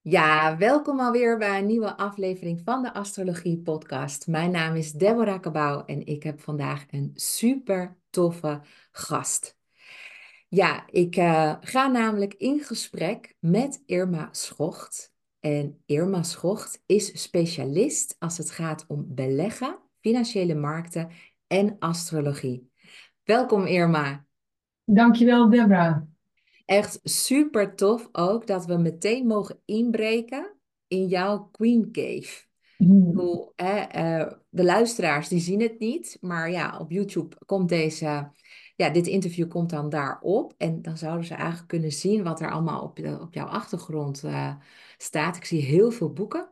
Ja, welkom alweer bij een nieuwe aflevering van de Astrologie Podcast. Mijn naam is Deborah Kabouw en ik heb vandaag een super toffe gast. Ja, ik ga namelijk in gesprek met Irma Schocht. En Irma Schocht is specialist als het gaat om beleggen, financiële markten en astrologie. Welkom Irma. Dankjewel, Deborah. Echt super tof ook dat we meteen mogen inbreken in jouw Queen Cave. Hmm. De luisteraars die zien het niet, maar ja, op YouTube komt dit interview komt dan daarop. En dan zouden ze eigenlijk kunnen zien wat er allemaal op jouw achtergrond staat. Ik zie heel veel boeken.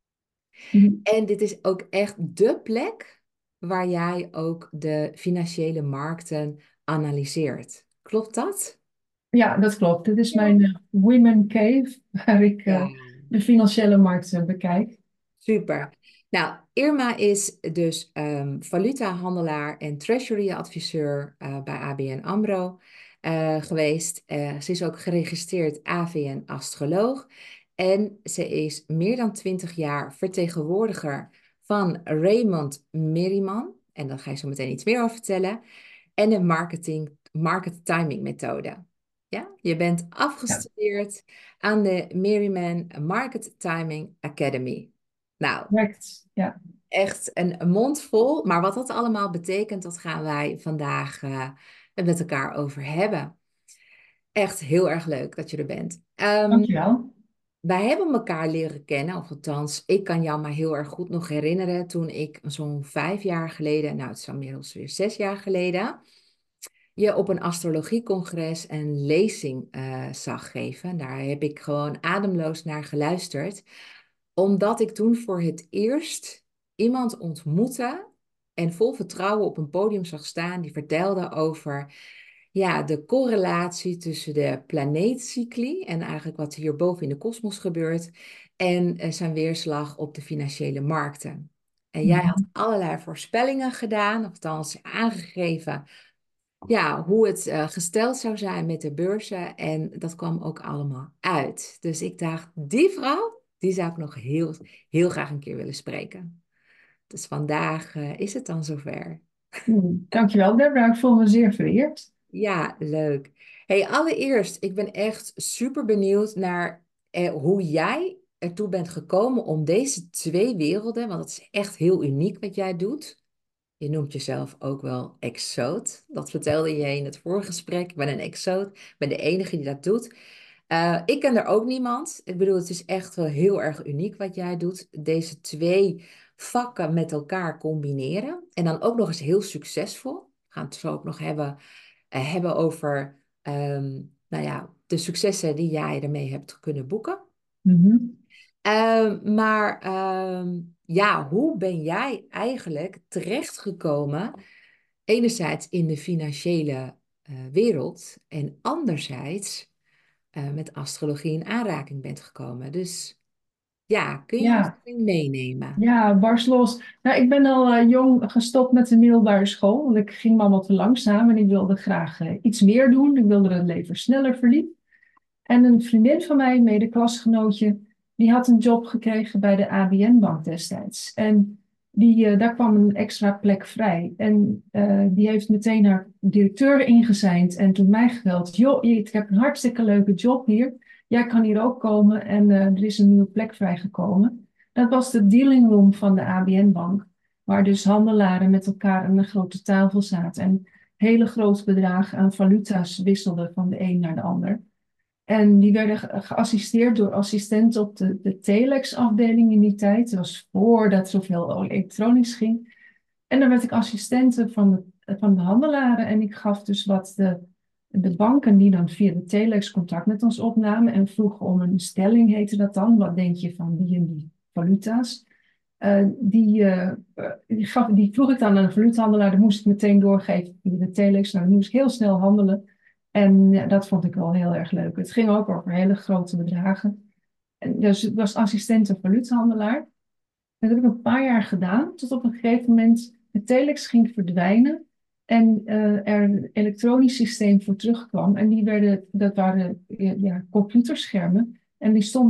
En dit is ook echt dé plek waar jij ook de financiële markten analyseert. Klopt dat? Ja, dat klopt. Dit is Ja. mijn Women Cave, waar ik Ja. de financiële markt bekijk. Super. Nou, Irma is dus valutahandelaar en treasury-adviseur bij ABN AMRO geweest. Ze is ook geregistreerd AVN-astroloog. En ze is meer dan 20 jaar vertegenwoordiger van Raymond Merriman. En daar ga je zo meteen iets meer over vertellen. En de market timing methode. Ja, je bent Ja, afgestudeerd aan de Merriman Market Timing Academy. Nou, correct. Ja. echt een mond vol. Maar wat dat allemaal betekent, dat gaan wij vandaag met elkaar over hebben. Echt heel erg leuk dat je er bent. Dankjewel. Wij hebben elkaar leren kennen, of althans, ik kan jou maar heel erg goed nog herinneren toen ik zo'n 5 jaar geleden, nou het is inmiddels weer 6 jaar geleden, je op een astrologiecongres een lezing zag geven. Daar heb ik gewoon ademloos naar geluisterd, omdat ik toen voor het eerst iemand ontmoette en vol vertrouwen op een podium zag staan die vertelde over ja, de correlatie tussen de planeetcycli en eigenlijk wat hierboven in de kosmos gebeurt en zijn weerslag op de financiële markten. En jij had Mhm. allerlei voorspellingen gedaan, of althans aangegeven ja, hoe het gesteld zou zijn met de beurzen. En dat kwam ook allemaal uit. Dus ik dacht, die vrouw, die zou ik nog heel, heel graag een keer willen spreken. Dus vandaag is het dan zover. Dankjewel, Deborah. Ik voel me zeer vereerd. Ja, leuk. Hey, allereerst, ik ben echt super benieuwd naar hoe jij ertoe bent gekomen om deze twee werelden, want het is echt heel uniek wat jij doet. Je noemt jezelf ook wel exoot. Dat vertelde je in het vorige gesprek. Ik ben een exoot. Ik ben de enige die dat doet. Ik ken er ook niemand. Ik bedoel, het is echt wel heel erg uniek wat jij doet. Deze twee vakken met elkaar combineren. En dan ook nog eens heel succesvol. We gaan het zo ook nog hebben over nou ja, de successen die jij ermee hebt kunnen boeken. Mhm. Ja, hoe ben jij eigenlijk terechtgekomen, enerzijds in de financiële wereld en anderzijds met astrologie in aanraking bent gekomen? Dus ja, kun je ons Ja, erin meenemen? ja, barst los. Nou, ik ben al jong gestopt met de middelbare school, want ik ging maar wat te langzaam en ik wilde graag iets meer doen. Ik wilde dat het leven sneller verliep. En een vriendin van mij, mede-klasgenootje, die had een job gekregen bij de ABN-bank destijds. En daar kwam een extra plek vrij. En die heeft meteen haar directeur ingezijnd en toen mij gebeld. Joh, ik heb een hartstikke leuke job hier. Jij kan hier ook komen en er is een nieuwe plek vrijgekomen. Dat was de dealing room van de ABN-bank, waar dus handelaren met elkaar aan een grote tafel zaten en hele grote bedragen aan valuta's wisselden van de een naar de ander. En die werden geassisteerd door assistenten op de telex-afdeling in die tijd. Dat was voordat zoveel elektronisch ging. En dan werd ik assistente van de handelaren. En ik gaf dus wat de banken die dan via de telex contact met ons opnamen. En vroegen om een stelling, heette dat dan. Wat denk je van die en die valuta's? Die vroeg ik dan aan de valutahandelaar. Dat moest ik meteen doorgeven via de telex. Nou, dan moest ik heel snel handelen. En ja, dat vond ik wel heel erg leuk. Het ging ook over hele grote bedragen. En dus ik was assistent valutahandelaar. Dat heb ik een paar jaar gedaan, tot op een gegeven moment de telex ging verdwijnen en er een elektronisch systeem voor terugkwam. En dat waren ja, computerschermen en die stonden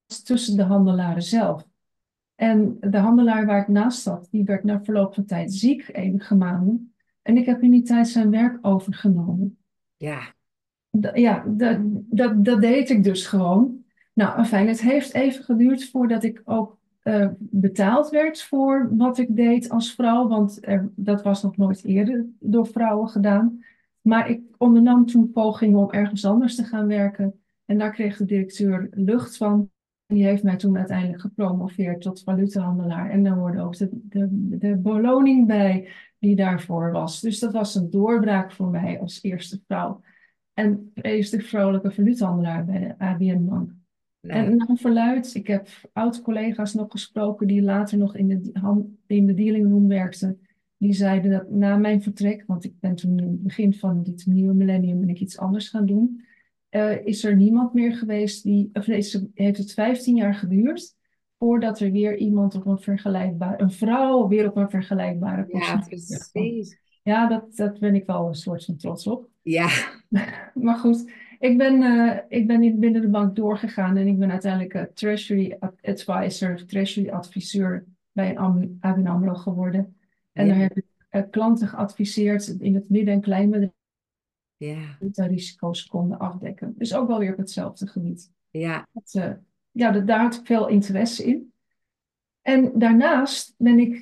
tussen de handelaren zelf. En de handelaar waar ik naast zat, die werd na verloop van tijd ziek, enige maanden. En ik heb in die tijd zijn werk overgenomen. Ja, Ja, dat deed ik dus gewoon. Nou, fijn, het heeft even geduurd voordat ik ook betaald werd voor wat ik deed als vrouw, want dat was nog nooit eerder door vrouwen gedaan. Maar ik ondernam toen pogingen om ergens anders te gaan werken. En daar kreeg de directeur lucht van. Die heeft mij toen uiteindelijk gepromoveerd tot valutahandelaar. En daar hoorde ook de beloning bij die daarvoor was. Dus dat was een doorbraak voor mij als eerste vrouw. En is de vrolijke valutahandelaar bij de ABN Bank. nou, En naar verluidt, ik heb oud-collega's nog gesproken die later nog in de dealing room werkten. Die zeiden dat na mijn vertrek, want ik ben toen in het begin van dit nieuwe millennium ben ik iets anders gaan doen, is er niemand meer geweest heeft het 15 jaar geduurd voordat er weer iemand op een vrouw weer op een vergelijkbare ja, positie kwam. precies. Ja, dat ben ik wel een soort van trots op. Ja, Maar goed, ik ben binnen de bank doorgegaan en ik ben uiteindelijk Treasury Advisor, Treasury adviseur bij een ABN AMRO geworden. En ja, daar heb ik klanten geadviseerd in het midden- en kleinbedrijf ja, die risico's konden afdekken. Dus ook wel weer op hetzelfde gebied. ja, Daar had ik veel interesse in. En daarnaast ben ik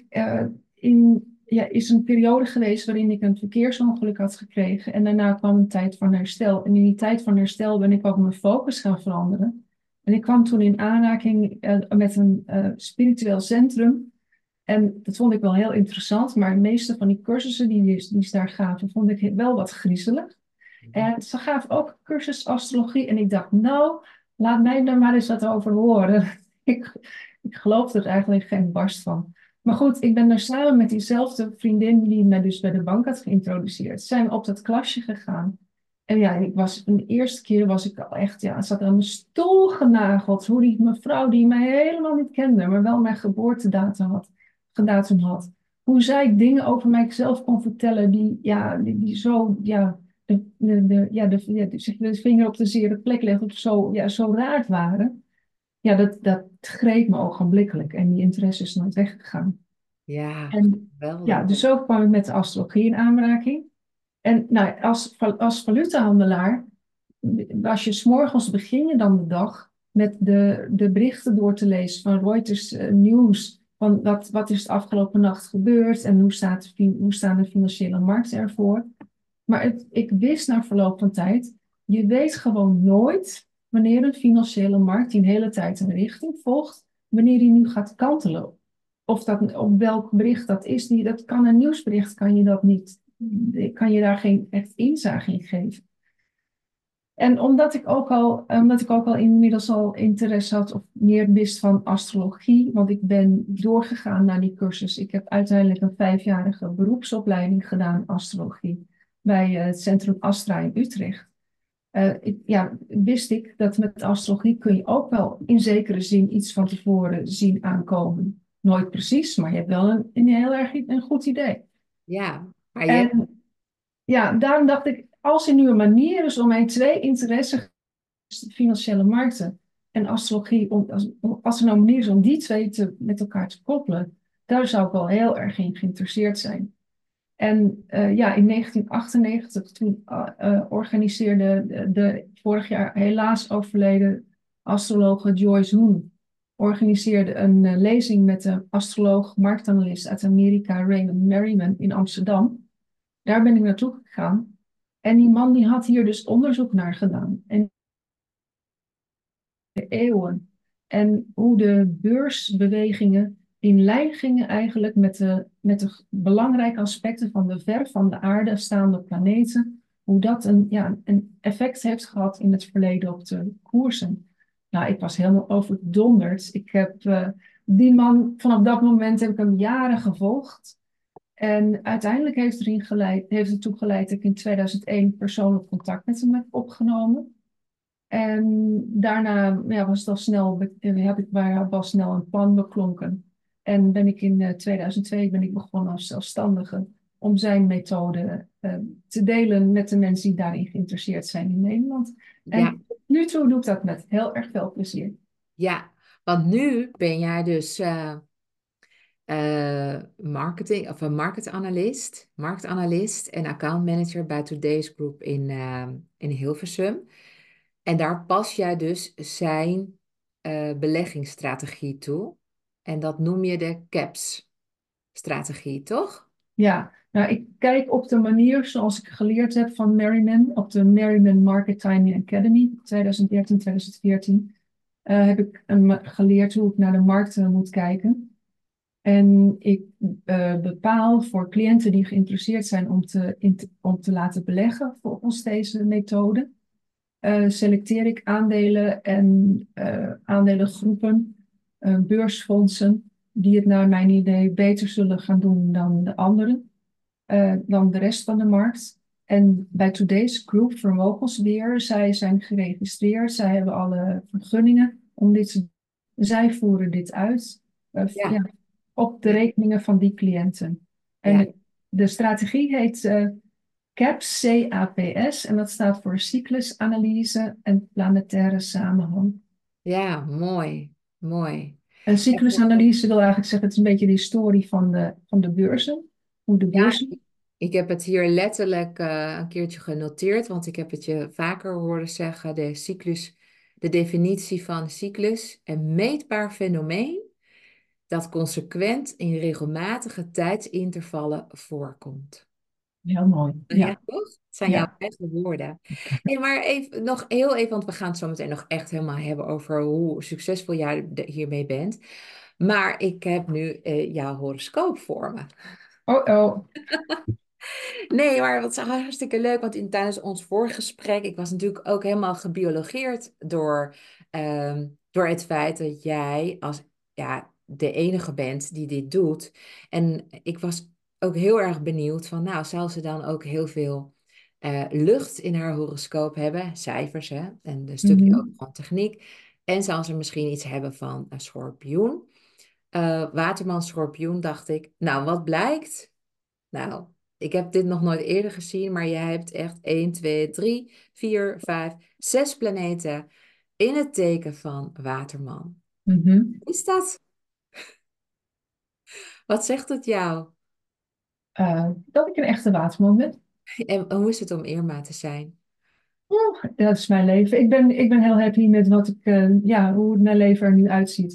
is een periode geweest waarin ik een verkeersongeluk had gekregen. En daarna kwam een tijd van herstel. En in die tijd van herstel ben ik ook mijn focus gaan veranderen. En ik kwam toen in aanraking met een spiritueel centrum. En dat vond ik wel heel interessant. Maar de meeste van die cursussen die ze daar gaven, vond ik wel wat griezelig. En ze gaven ook een cursus astrologie. En ik dacht, nou, laat mij daar maar eens wat over horen. Ik, ik geloof er eigenlijk geen barst van. Maar goed, ik ben daar samen met diezelfde vriendin die mij dus bij de bank had geïntroduceerd, zijn we op dat klasje gegaan. En ja, de eerste keer was ik al echt, ja, zat aan mijn stoel genageld. Hoe die mevrouw die mij helemaal niet kende, maar wel mijn geboortedatum had. Hoe zij dingen over mijzelf kon vertellen die zo, ja, de vinger op de zere plek leggen of zo, ja, zo raar waren. Ja, dat greep me ogenblikkelijk en die interesse is nooit weggegaan. ja, En geweldig. ja, dus zo kwam ik met de astrologie in aanraking. En nou, als valutahandelaar was je 's morgens begin je dan de dag met de berichten door te lezen van Reuters Nieuws. Van wat is de afgelopen nacht gebeurd en hoe staan de financiële markten ervoor. Maar ik wist na verloop van tijd, je weet gewoon nooit wanneer een financiële markt die een hele tijd een richting volgt, wanneer die nu gaat kantelen. Of dat, op welk bericht dat is, dat kan een nieuwsbericht, kan je dat niet, kan je daar geen echt inzage in geven. En omdat ik ook al inmiddels al interesse had of meer wist van astrologie, want ik ben doorgegaan naar die cursus. Ik heb uiteindelijk een 5-jarige beroepsopleiding gedaan, astrologie, bij het Centrum Astra in Utrecht. Wist ik dat met astrologie kun je ook wel in zekere zin iets van tevoren zien aankomen. Nooit precies, maar je hebt wel een heel erg een goed idee. Ja, maar je hebt, En ja, daarom dacht ik, als er nu een manier is om mijn twee interesses, de financiële markten en astrologie, als er nou een manier is om die twee met elkaar te koppelen, daar zou ik wel heel erg in geïnteresseerd zijn. En in 1998, toen organiseerde de vorig jaar helaas overleden astrologe Joyce Hoon, organiseerde een lezing met de astroloog, marktanalist uit Amerika, Raymond Merriman in Amsterdam. Daar ben ik naartoe gegaan. En die man die had hier dus onderzoek naar gedaan. En de eeuwen. En hoe de beursbewegingen in lijn gingen eigenlijk met de belangrijke aspecten van de ver van de aarde staande planeten. Hoe dat een effect heeft gehad in het verleden op de koersen. Nou, ik was helemaal overdonderd. Ik heb die man, vanaf dat moment heb ik hem jaren gevolgd. En uiteindelijk heeft het ertoe geleid dat ik in 2001 persoonlijk contact met hem heb opgenomen. En daarna was het al snel, was snel een plan beklonken. En ben ik in 2002 begonnen als zelfstandige om zijn methode te delen met de mensen die daarin geïnteresseerd zijn in Nederland. ja, En nu toe doe ik dat met heel erg veel plezier. ja. Want nu ben jij dus marketing of een marktanalist en accountmanager bij Today's Group in Hilversum. En daar pas jij dus zijn beleggingsstrategie toe. En dat noem je de CAPS-strategie, toch? Ja, nou, ik kijk op de manier zoals ik geleerd heb van Merriman, op de Merriman Market Timing Academy, 2013, 2014, heb ik geleerd hoe ik naar de markten moet kijken. En ik bepaal voor cliënten die geïnteresseerd zijn om te laten beleggen volgens deze methode, selecteer ik aandelen en aandelengroepen, beursfondsen, die het naar mijn idee beter zullen gaan doen dan de anderen, dan de rest van de markt. En bij Today's Group Vermogensbeheer, zij zijn geregistreerd, zij hebben alle vergunningen om dit te. Zij voeren dit uit, Ja, ja, op de ja, rekeningen van die cliënten. En ja, de strategie heet CAPS, CAPS, en dat staat voor cyclusanalyse en planetaire samenhang. ja, mooi, mooi. En cyclusanalyse wil eigenlijk zeggen, het is een beetje de historie van de beurzen, hoe de Ja, beurzen. ik heb het hier letterlijk een keertje genoteerd, want ik heb het je vaker horen zeggen, de cyclus, de definitie van cyclus, een meetbaar fenomeen dat consequent in regelmatige tijdsintervallen voorkomt. Heel mooi, Ja, ja. toch? Het zijn jouw Ja. eigen woorden. Hey, maar even, nog heel even, want we gaan het zo meteen nog echt helemaal hebben over hoe succesvol jij hiermee bent. Maar ik heb nu jouw horoscoop voor me. Oh, oh. Nee, maar wat is hartstikke leuk, want tijdens ons vorige gesprek, ik was natuurlijk ook helemaal gebiologeerd door het feit dat jij als ja, de enige bent die dit doet. En ik was ook heel erg benieuwd van, nou, zou ze dan ook heel veel lucht in haar horoscoop hebben, cijfers, hè, en een stukje ook Mhm. van techniek. En zal ze misschien iets hebben van een schorpioen. Waterman schorpioen, dacht ik. Nou, wat blijkt? Nou, ik heb dit nog nooit eerder gezien, maar jij hebt echt 1, 2, 3, 4, 5, 6 planeten in het teken van Waterman. Mhm. Hoe is dat? Wat zegt het jou? Dat ik een echte waterman ben. En hoe is het om Irma te zijn? Oh, dat is mijn leven. Ik ben heel happy met wat ik, ja, hoe mijn leven er nu uitziet.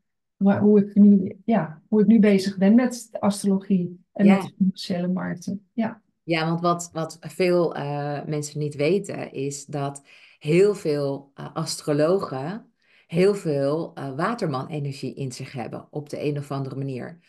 Hoe ik nu bezig ben met de astrologie en met de Ja, financiële markten. Ja. ja, want wat veel mensen niet weten is dat heel veel astrologen heel veel Waterman-energie in zich hebben op de een of andere manier.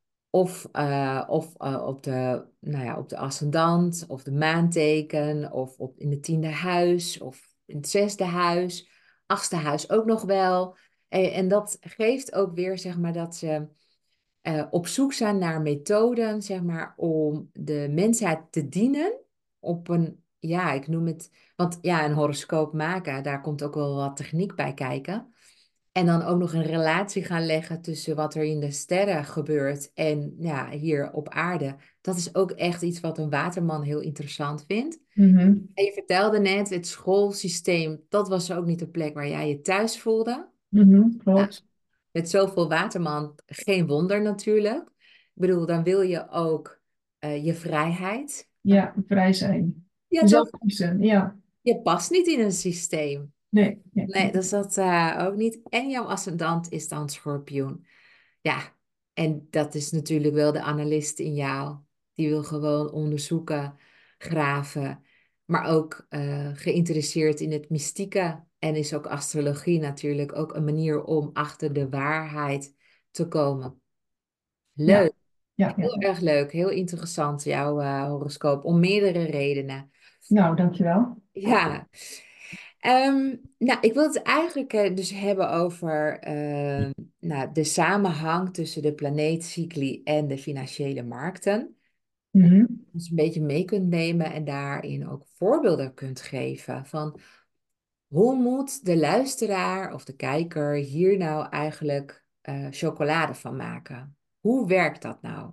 Of op nou ja, op de ascendant, of de maanteken, of in het tiende huis, of in het zesde huis, achtste huis ook nog wel. En dat geeft ook weer, zeg maar, dat ze op zoek zijn naar methoden, zeg maar, om de mensheid te dienen op een, ja, ik noem het, want ja, een horoscoop maken, daar komt ook wel wat techniek bij kijken. En dan ook nog een relatie gaan leggen tussen wat er in de sterren gebeurt en ja, hier op aarde. Dat is ook echt iets wat een waterman heel interessant vindt. Mhm. En je vertelde net, het schoolsysteem, dat was ook niet de plek waar jij je thuis voelde. Mhm. Nou, Klopt. met zoveel waterman, geen wonder natuurlijk. Ik bedoel, dan wil je ook je vrijheid. Ja, vrij zijn. Ja, toch? Zelf kiezen. Ja. Je past niet in een systeem. Nee. Nee. Nee, dat is dat ook niet. En jouw ascendant is dan schorpioen. Ja, en dat is natuurlijk wel de analist in jou. Die wil gewoon onderzoeken, graven, maar ook geïnteresseerd in het mystieke. En is ook astrologie natuurlijk ook een manier om achter de waarheid te komen. Ja. Leuk, Ja. Ja. heel erg leuk, heel interessant, jouw horoscoop, om meerdere redenen. Nou, dankjewel. Ja, nou, ik wil het eigenlijk dus hebben over nou, de samenhang tussen de planeetcycli en de financiële markten. Mhm. Dus een beetje mee kunt nemen en daarin ook voorbeelden kunt geven van hoe moet de luisteraar of de kijker hier nou eigenlijk chocolade van maken? Hoe werkt dat nou?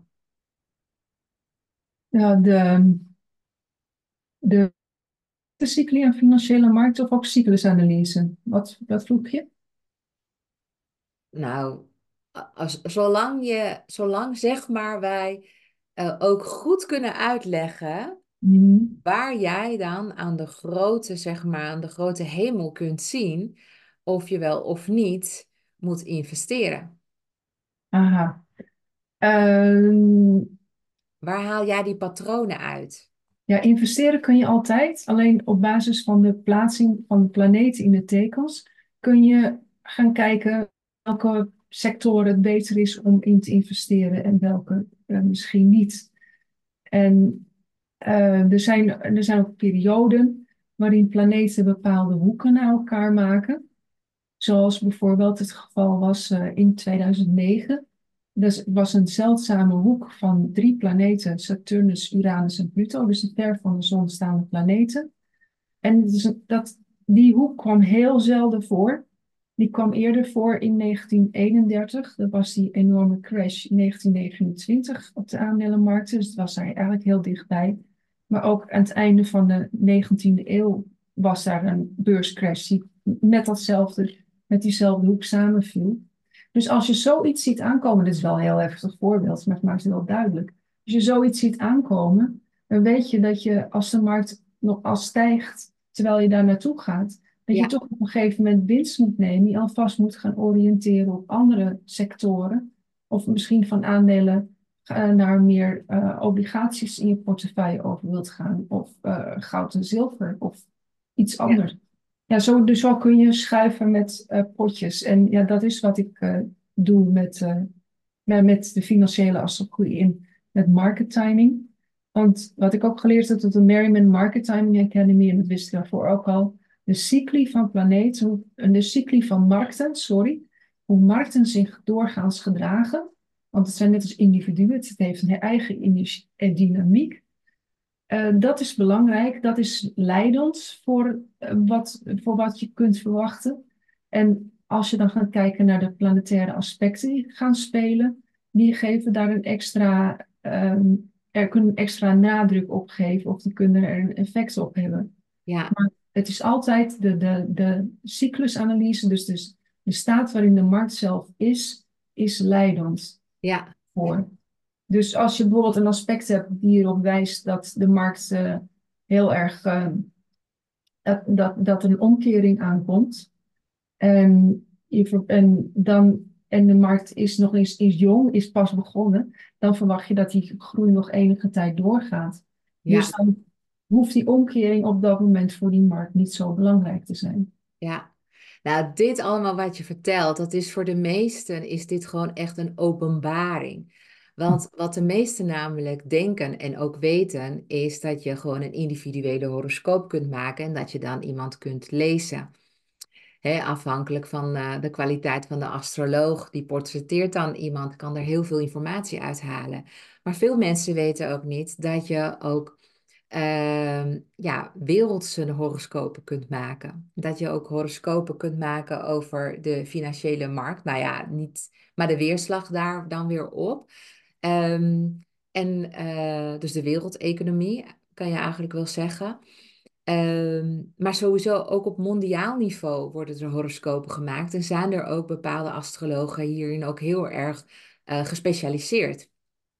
Nou, de cycli en financiële markt of ook cyclusanalyse. Wat vroeg je? Nou, zolang zeg maar wij ook goed kunnen uitleggen Mhm. waar jij dan aan de grote, zeg maar, aan de grote hemel kunt zien of je wel of niet moet investeren. Aha. Ehm, Waar haal jij die patronen uit? ja, investeren kun je altijd. Alleen op basis van de plaatsing van de planeten in de tekens kun je gaan kijken welke sectoren het beter is om in te investeren en welke misschien niet. En er zijn ook perioden waarin planeten bepaalde hoeken naar elkaar maken. Zoals bijvoorbeeld het geval was in 2009. Dat was een zeldzame hoek van 3 planeten, Saturnus, Uranus en Pluto, dus de ver van de zon staande planeten. En die hoek kwam heel zelden voor. Die kwam eerder voor in 1931. Dat was die enorme crash in 1929 op de aandelenmarkten. Dus het was daar eigenlijk heel dichtbij. Maar ook aan het einde van de 19e eeuw was daar een beurscrash die met diezelfde hoek samenviel. Dus als je zoiets ziet aankomen, dit is wel een heel heftig voorbeeld, maar het maakt het wel duidelijk. Als je zoiets ziet aankomen, dan weet je dat je als de markt nog als stijgt, terwijl je daar naartoe gaat, dat je Ja, toch op een gegeven moment winst moet nemen, je alvast moet gaan oriënteren op andere sectoren, of misschien van aandelen naar meer obligaties in je portefeuille over wilt gaan, of goud en zilver, of iets ja, anders. Ja, dus zo kun je schuiven met potjes. En ja, dat is wat ik doe met de financiële astrologie in met market timing. Want wat ik ook geleerd heb op de Merriman Market Timing Academy, en dat wist ik daarvoor ook al, de cycli van planeten, de cycli van markten, sorry, hoe markten zich doorgaans gedragen. Want het zijn net als individuen, het heeft een eigen dynamiek. Dat is belangrijk, dat is leidend voor wat je kunt verwachten. En als je dan gaat kijken naar de planetaire aspecten die gaan spelen, die geven daar er kunnen een extra nadruk op geven of die kunnen er een effect op hebben. ja, Maar het is altijd de cyclusanalyse, dus de staat waarin de markt zelf is leidend ja, voor. Dus als je bijvoorbeeld een aspect hebt die erop wijst dat de markt heel erg, dat er een omkering aankomt. En, en de markt is nog eens is jong, is pas begonnen. Dan verwacht je dat die groei nog enige tijd doorgaat. Dus ja, dan hoeft die omkering op dat moment voor die markt niet zo belangrijk te zijn. ja. Nou, dit allemaal wat je vertelt, dat is voor de meesten is dit gewoon echt een openbaring. Want wat de meesten namelijk denken en ook weten, is dat je gewoon een individuele horoscoop kunt maken en dat je dan iemand kunt lezen. Afhankelijk van de kwaliteit van de astroloog, die portretteert dan iemand, kan er heel veel informatie uithalen. Maar veel mensen weten ook niet dat je ook ja, wereldse horoscopen kunt maken. Dat je ook horoscopen kunt maken over de financiële markt. Nou ja, niet, maar de weerslag daar dan weer op. Ehm, dus de wereldeconomie, kan je eigenlijk wel zeggen. Maar sowieso ook op mondiaal niveau worden er horoscopen gemaakt. En zijn er ook bepaalde astrologen hierin ook heel erg gespecialiseerd.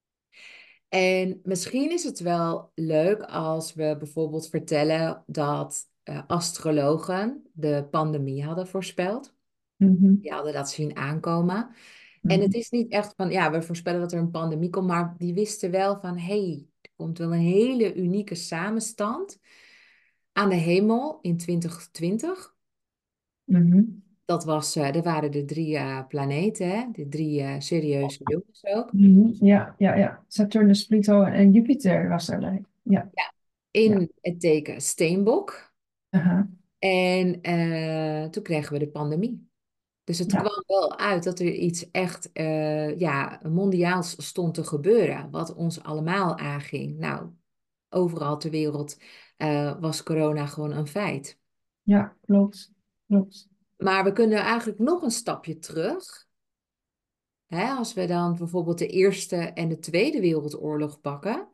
En misschien is het wel leuk als we bijvoorbeeld vertellen dat astrologen de pandemie hadden voorspeld. Mhm, Die hadden dat zien aankomen. En het mhm, is niet echt van, ja, we voorspellen dat er een pandemie komt, maar die wisten wel van, hey, er komt wel een hele unieke samenstand aan de hemel in 2020. mhm, Er waren de 3 planeten, hè? De 3 serieuze jongens ook. mhm. Ja, ja, ja. Saturnus, Pluto en Jupiter was erbij. Ja, Ja, ja. in het teken Steenbok. Aha, En toen kregen we de pandemie. Dus het ja, kwam wel uit dat er iets echt ja, mondiaals stond te gebeuren, wat ons allemaal aanging. Nou, overal ter wereld was corona gewoon een feit. ja, klopt, klopt. Maar we kunnen eigenlijk nog een stapje terug. Hè, als we dan bijvoorbeeld de Eerste en de Tweede Wereldoorlog pakken.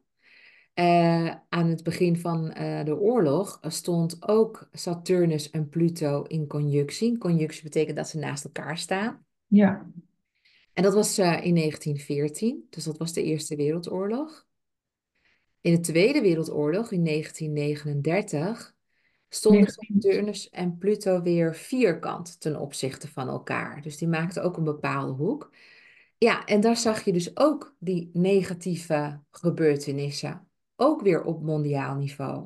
Aan het begin van de oorlog stond ook Saturnus en Pluto in conjunctie. Conjunctie betekent dat ze naast elkaar staan. ja, En dat was in 1914, dus dat was de Eerste Wereldoorlog. In de Tweede Wereldoorlog, in 1939, stonden 19, Saturnus en Pluto weer vierkant ten opzichte van elkaar. Dus die maakten ook een bepaalde hoek. Ja, en daar zag je dus ook die negatieve gebeurtenissen, ook weer op mondiaal niveau.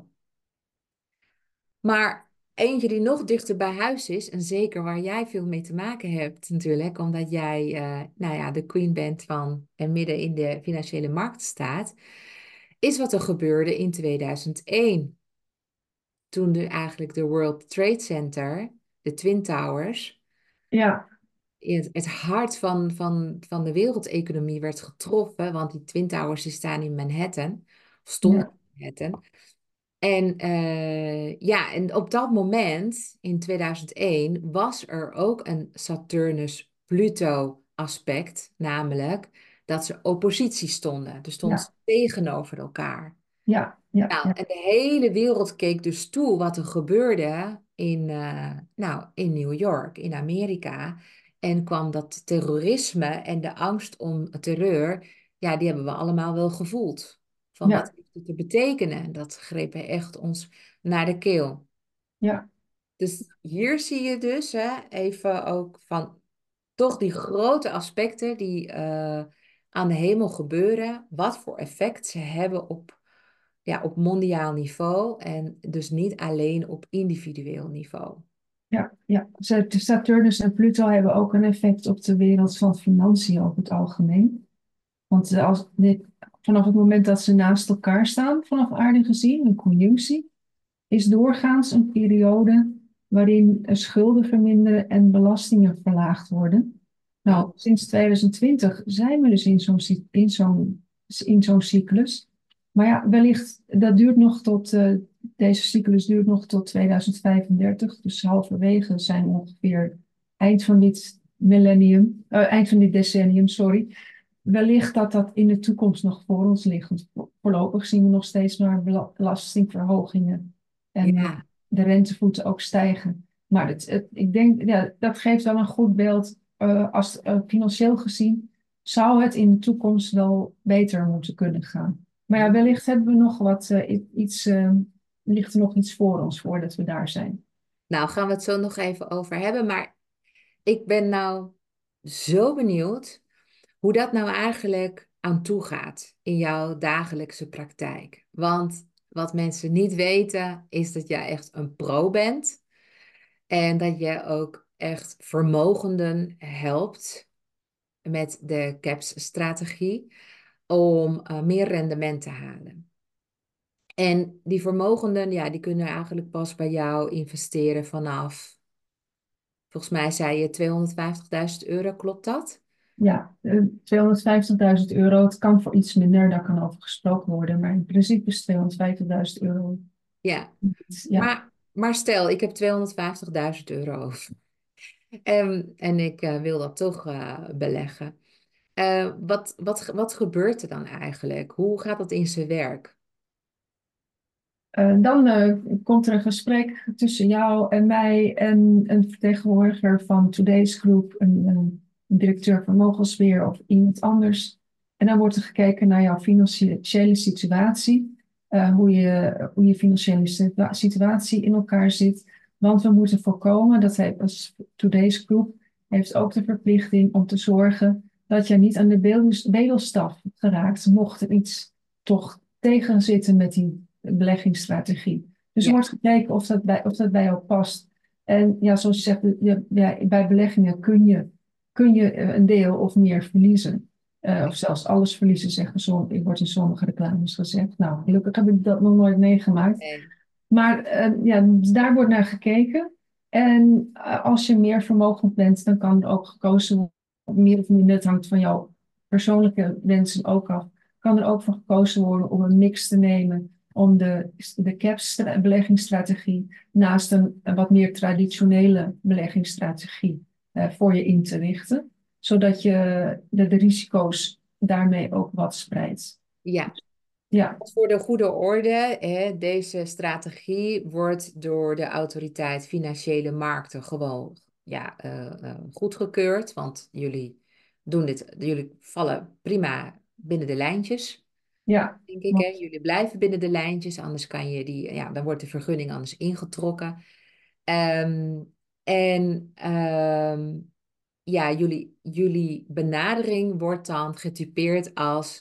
Maar eentje die nog dichter bij huis is, en zeker waar jij veel mee te maken hebt natuurlijk, omdat jij nou ja, de queen bent van en midden in de financiële markt staat, is wat er gebeurde in 2001. Toen eigenlijk de World Trade Center, de Twin Towers, ja, in het hart van de wereldeconomie werd getroffen, want die Twin Towers die staan in Manhattan, of stonden ja, in Manhattan. En ja, en op dat moment, in 2001, was er ook een Saturnus-Pluto aspect, namelijk dat ze oppositie stonden. Dus stonden ze ja, tegenover elkaar. ja, ja, Nou, ja, en de hele wereld keek dus toe wat er gebeurde in, nou, in New York, in Amerika. En kwam dat terrorisme en de angst om terreur, ja, die hebben we allemaal wel gevoeld. Van wat ja, heeft het te betekenen? Dat greep echt ons naar de keel. ja, Dus hier zie je dus hè, even ook van toch die grote aspecten die aan de hemel gebeuren, wat voor effect ze hebben op, ja, op mondiaal niveau en dus niet alleen op individueel niveau. ja, ja. Saturnus en Pluto hebben ook een effect op de wereld van financiën over het algemeen. Want vanaf het moment dat ze naast elkaar staan, vanaf aarde gezien, een conjunctie, is doorgaans een periode waarin schulden verminderen en belastingen verlaagd worden. Mm. Nou, sinds 2020 zijn we dus in zo'n cyclus. Maar ja, wellicht, dat duurt nog deze cyclus duurt nog tot 2035. Dus halverwege zijn we ongeveer eind van dit eind van dit decennium, sorry. Wellicht dat dat in de toekomst nog voor ons ligt. Want voorlopig zien we nog steeds maar belastingverhogingen en Ja, de rentevoeten ook stijgen. Maar ik denk, ja, dat geeft wel een goed beeld. Financieel gezien zou het in de toekomst wel beter moeten kunnen gaan. Maar ja, wellicht hebben we nog ligt er nog iets voor ons voordat we daar zijn. nou gaan we het zo nog even over hebben, maar ik ben nou zo benieuwd hoe dat nou eigenlijk aan toe gaat in jouw dagelijkse praktijk. Want wat mensen niet weten, is dat jij echt een pro bent en dat je ook echt vermogenden helpt met de CAPS-strategie om meer rendement te halen. En die vermogenden, ja, die kunnen eigenlijk pas bij jou investeren vanaf, volgens mij zei je 250.000 euro, klopt dat? Ja, 250.000 euro. Het kan voor iets minder, daar kan over gesproken worden. Maar in principe is 250.000 euro. Ja, Ja. maar stel, ik heb 250.000 euro over. En ik wil dat toch beleggen. Wat gebeurt er dan eigenlijk? Hoe gaat dat in zijn werk? Dan komt er een gesprek tussen jou en mij en een vertegenwoordiger van Today's Group, een directeur vermogensbeheer of iemand anders. En dan wordt er gekeken naar jouw financiële situatie, hoe je financiële situatie in elkaar zit. Want we moeten voorkomen, als Today's Group heeft ook de verplichting om te zorgen dat je niet aan de bedelstaf geraakt, mocht er iets toch tegenzitten met die beleggingsstrategie. Dus er Ja, wordt gekeken of dat bij jou past. En ja, zoals je zegt, bij beleggingen kun je een deel of meer verliezen. Of zelfs alles verliezen, zeggen wordt in sommige reclames gezegd. Nou, gelukkig heb ik dat nog nooit meegemaakt. nee. Maar ja, dus daar wordt naar gekeken. En als je meer vermogend bent, dan kan er ook gekozen worden, meer of minder, het hangt van jouw persoonlijke wensen ook af, kan er ook voor gekozen worden om een mix te nemen om de caps-beleggingsstrategie naast een wat meer traditionele beleggingsstrategie voor je in te richten, zodat je de risico's daarmee ook wat spreidt. Ja, Ja, voor de goede orde, hè, deze strategie wordt door de autoriteit Financiële Markten gewoon goedgekeurd, want jullie vallen prima binnen de lijntjes, Ja, denk ik, hè? klopt. Jullie blijven binnen de lijntjes, anders kan je dan wordt de vergunning anders ingetrokken. Ehm, en ja, jullie benadering wordt dan getypeerd als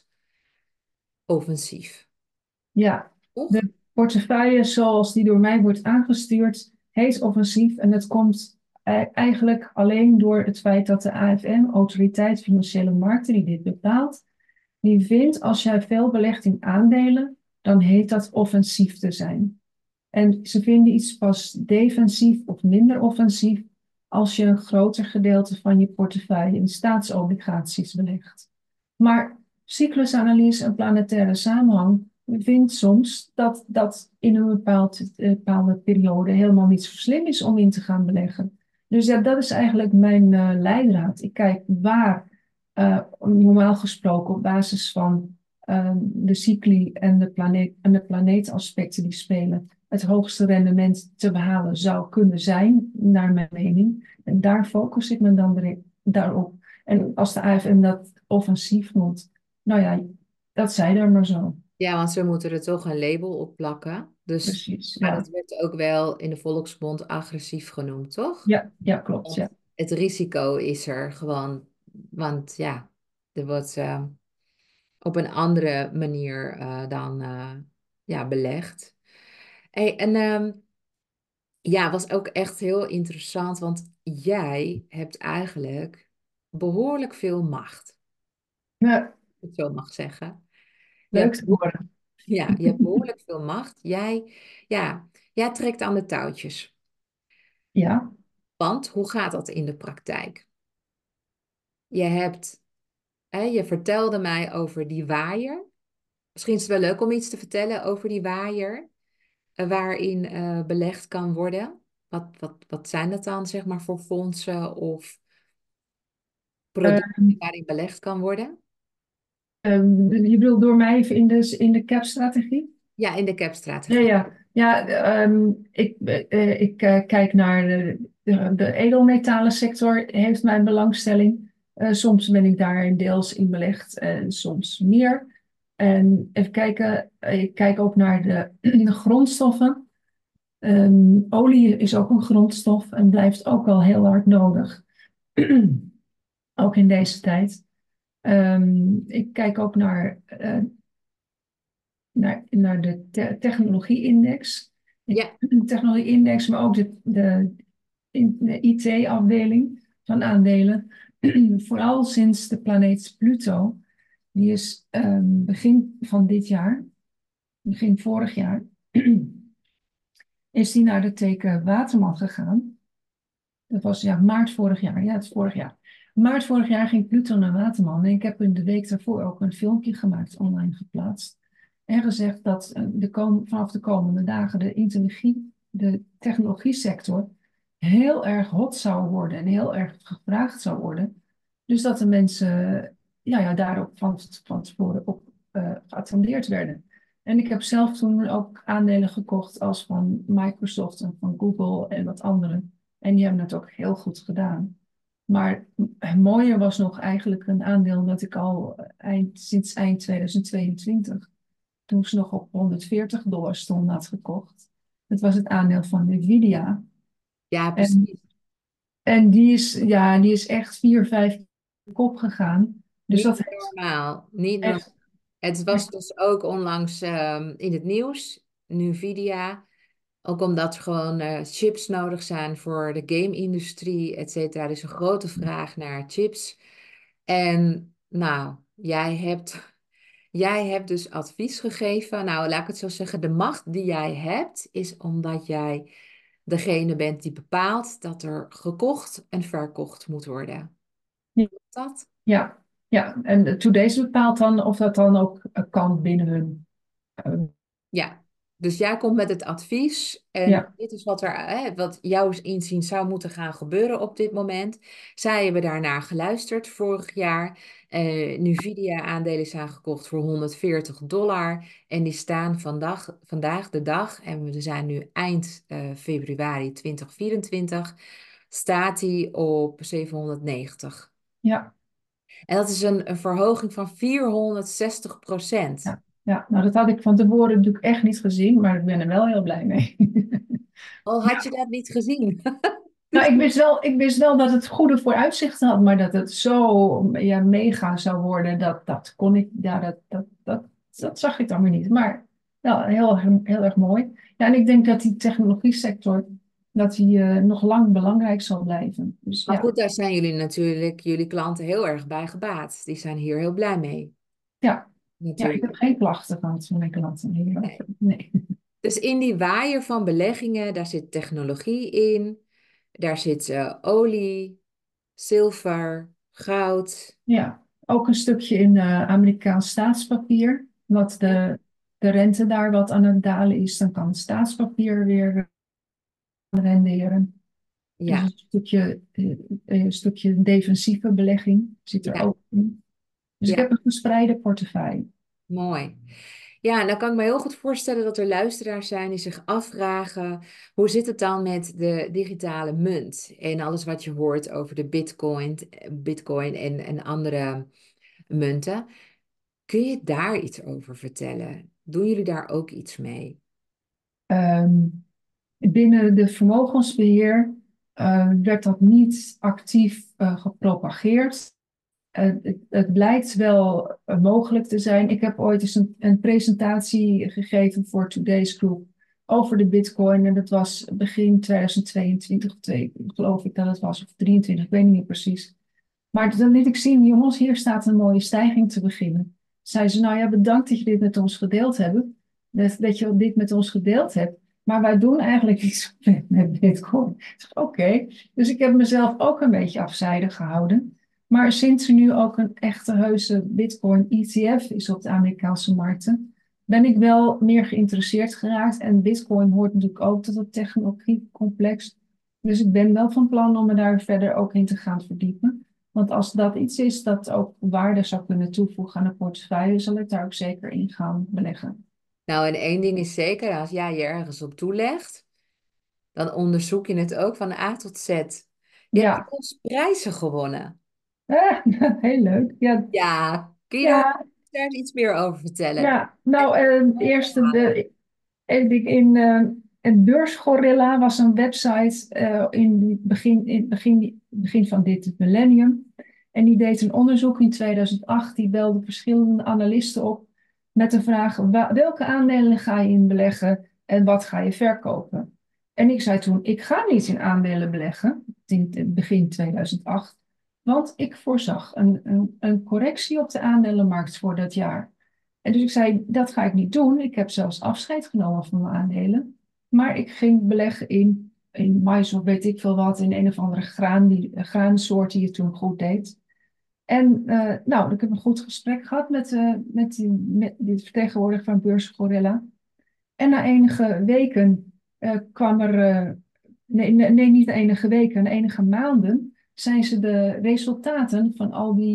offensief, Ja, toch? de portefeuille zoals die door mij wordt aangestuurd, heet offensief. En dat komt eigenlijk alleen door het feit dat de AFM, Autoriteit Financiële Markten, die dit bepaalt, die vindt als jij veel belegt in aandelen, dan heet dat offensief te zijn. En ze vinden iets pas defensief of minder offensief als je een groter gedeelte van je portefeuille in staatsobligaties belegt. Maar cyclusanalyse en planetaire samenhang vindt soms dat dat in een bepaalde periode helemaal niet zo slim is om in te gaan beleggen. Dus ja, dat is eigenlijk mijn leidraad. Ik kijk waar normaal gesproken op basis van de cycli en de planeetaspecten die spelen, het hoogste rendement te behalen zou kunnen zijn, naar mijn mening. En daar focus ik me dan daarop. En als de AFM dat offensief noemt, nou ja, dat zij er maar zo. Ja, want ze moeten er toch een label op plakken. Dus, Precies, maar ja. dat werd ook wel in de volksmond agressief genoemd, toch? Ja, ja, klopt, Want ja. het risico is er gewoon, want ja, er wordt op een andere manier dan ja, belegd. Hey, en ja, was ook echt heel interessant, want jij hebt eigenlijk behoorlijk veel macht, Ja, als ik het zo mag zeggen. Je leuk hebt, te horen. ja, je hebt behoorlijk veel macht. Jij trekt aan de touwtjes. Ja, Want hoe gaat dat in de praktijk? Je hebt, je vertelde mij over die waaier. Misschien is het wel leuk om iets te vertellen over die waaier, waarin belegd kan worden. Wat zijn dat dan, zeg maar, voor fondsen of producten ehm, waarin belegd kan worden? je bedoelt door mij even in de CAP-strategie? Ja, in de Ja, capstrategie. ja. Ja, ik kijk naar de edelmetallensector, heeft mijn belangstelling. Soms ben ik daar deels in belegd en soms meer. En even kijken, ik kijk ook naar de grondstoffen. Olie is ook een grondstof en blijft ook wel heel hard nodig, ook in deze tijd. Ik kijk ook naar de technologie-index. Ja, De technologie-index, maar ook de IT-afdeling van aandelen. Vooral sinds de planeet Pluto. Die is begin van dit jaar, begin vorig jaar, is die naar de teken Waterman gegaan. Dat was ja, maart vorig jaar. Ja, het is vorig jaar. Maart vorig jaar ging Pluto naar Waterman. En ik heb in de week daarvoor ook een filmpje gemaakt, online geplaatst. En gezegd dat vanaf de komende dagen de technologie-sector heel erg hot zou worden en heel erg gevraagd zou worden. Dus dat de mensen daarop van tevoren op geattendeerd werden. En ik heb zelf toen ook aandelen gekocht als van Microsoft en van Google en wat andere. En die hebben het ook heel goed gedaan. Maar het mooie was nog eigenlijk een aandeel dat ik al sinds eind 2022, toen ze nog op $140 stonden, had gekocht. Dat was het aandeel van Nvidia. ja, En, precies. en die is echt 4, 5 kop gegaan. Dus dat Niet heeft normaal. Niet normaal. echt, Het was echt dus ook onlangs in het nieuws, Nvidia. Ook omdat er gewoon chips nodig zijn voor de game-industrie, et cetera. Er is een grote vraag naar chips. En nou, jij hebt dus advies gegeven. Nou, laat ik het zo zeggen. De macht die jij hebt, is omdat jij degene bent die bepaalt dat er gekocht en verkocht moet worden. Dat? ja, ja. En Today's bepaalt dan of dat dan ook kan binnen hun. eh, Ja, dus jij komt met het advies en ja. dit is wat jouw inzien zou moeten gaan gebeuren op dit moment. Zij hebben daarnaar geluisterd vorig jaar. Nvidia-aandelen zijn gekocht voor $140 en die staan vandaag de dag, en we zijn nu eind februari 2024, staat hij op 790. Ja, En dat is een verhoging van 460%. ja, ja. Nou, dat had ik van tevoren natuurlijk echt niet gezien, maar ik ben er wel heel blij mee. Al had je Ja. dat niet gezien. Nou, ik wist wel dat het goede vooruitzichten had, maar dat het zo ja, mega zou worden, dat kon ik, ja, dat zag ik dan weer niet. Maar ja, heel erg mooi. Ja, en ik denk dat die technologie sector, dat die nog lang belangrijk zal blijven. Dus Maar ja, goed, daar zijn jullie natuurlijk, jullie klanten heel erg bij gebaat. Die zijn hier heel blij mee, ja, ja, ik heb natuurlijk. geen klachten gehad van mijn klanten Nee. hierover. Nee. Dus in die waaier van beleggingen, daar zit technologie in, daar zit olie, zilver, goud. Ja, ook een stukje in Amerikaans staatspapier. Wat Ja, de rente daar wat aan het dalen is, dan kan het staatspapier weer renderen. Dus ja, een stukje defensieve belegging zit er ja, ook in. Dus ik ja, heb een gespreide portefeuille. mooi. Ja, en dan kan ik me heel goed voorstellen dat er luisteraars zijn die zich afvragen, hoe zit het dan met de digitale munt en alles wat je hoort over de bitcoin en andere munten. Kun je daar iets over vertellen? Doen jullie daar ook iets mee? Ehm, Binnen de vermogensbeheer werd dat niet actief gepropageerd. Het blijkt wel mogelijk te zijn. Ik heb ooit eens een presentatie gegeven voor Today's Group over de Bitcoin. En dat was begin 2022, geloof ik dat het was, of 23, ik weet niet meer precies. Maar dan liet ik zien, jongens, hier staat een mooie stijging te beginnen. Zei ze, nou ja, bedankt dat je dit met ons gedeeld hebt. Dat je dit met ons gedeeld hebt. Maar wij doen eigenlijk iets met Bitcoin. Ik zeg, oké. Dus ik heb mezelf ook een beetje afzijdig gehouden. Maar sinds er nu ook een echte heuse Bitcoin ETF is op de Amerikaanse markten, ben ik wel meer geïnteresseerd geraakt. En Bitcoin hoort natuurlijk ook tot het technologiecomplex. Dus ik ben wel van plan om me daar verder ook in te gaan verdiepen. Want als dat iets is dat ook waarde zou kunnen toevoegen aan de portefeuille, zal ik daar ook zeker in gaan beleggen. Nou, en één ding is zeker, als jij je ergens op toelegt, dan onderzoek je het ook van A tot Z. Je hebt Ja, zelfs prijzen gewonnen. heel leuk. Ja, Ja, kun je ja, daar eens iets meer over vertellen? ja. Nou, eerst een Beursgorilla was een website in het begin van dit millennium. En die deed een onderzoek in 2008. Die belde verschillende analisten op met de vraag: welke aandelen ga je in beleggen en wat ga je verkopen? En ik zei toen: ik ga niet in aandelen beleggen, in begin 2008, want ik voorzag een correctie op de aandelenmarkt voor dat jaar. En dus ik zei, dat ga ik niet doen. Ik heb zelfs afscheid genomen van mijn aandelen. Maar ik ging beleggen in mais of weet ik veel wat, in een of andere graansoort die het toen goed deed. En nou, ik heb een goed gesprek gehad met die vertegenwoordiger van Beursgorilla. En na enige weken kwam er, nee, niet enige weken, na enige maanden zijn ze de resultaten van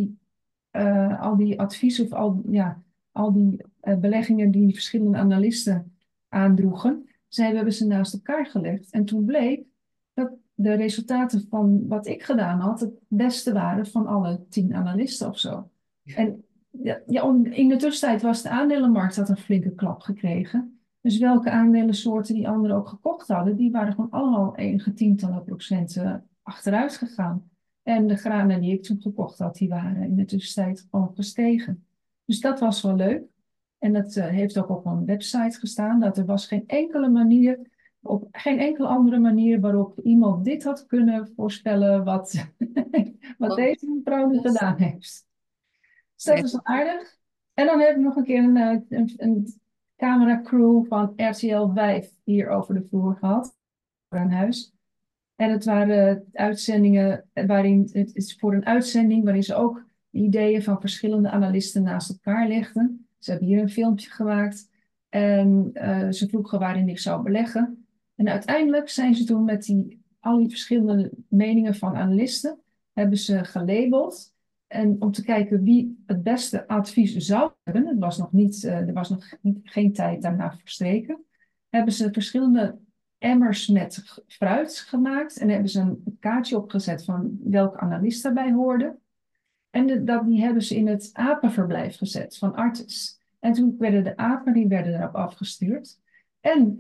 al die adviezen of al die beleggingen die verschillende analisten aandroegen. Zij hebben ze naast elkaar gelegd. En toen bleek dat de resultaten van wat ik gedaan had het beste waren van alle 10 analisten of zo. En in de tussentijd was de aandelenmarkt had een flinke klap gekregen. Dus welke aandelensoorten die anderen ook gekocht hadden, die waren gewoon allemaal enige tientallen procenten achteruit gegaan. En de granen die ik toen gekocht had, die waren in de tussentijd gewoon gestegen. Dus dat was wel leuk. En dat heeft ook op een website gestaan, dat er was geen enkele manier, op geen enkele andere manier waarop iemand dit had kunnen voorspellen wat, wat deze mevrouw nu gedaan heeft. Dus dat was wel aardig. En dan heb ik nog een keer een cameracrew van RTL 5 hier over de vloer gehad, aan huis. En het waren uitzendingen waarin, het is voor een uitzending waarin ze ook de ideeën van verschillende analisten naast elkaar legden. Ze hebben hier een filmpje gemaakt en ze vroegen waarin ik zou beleggen. En uiteindelijk zijn ze toen met al die verschillende meningen van analisten, hebben ze gelabeld. En om te kijken wie het beste advies zou hebben, er was nog geen tijd daarna verstreken, hebben ze verschillende emmers met fruit gemaakt. En daar hebben ze een kaartje opgezet van welke analist daarbij hoorde. En die hebben ze in het apenverblijf gezet van Artis. En toen werden de apen die werden erop afgestuurd. En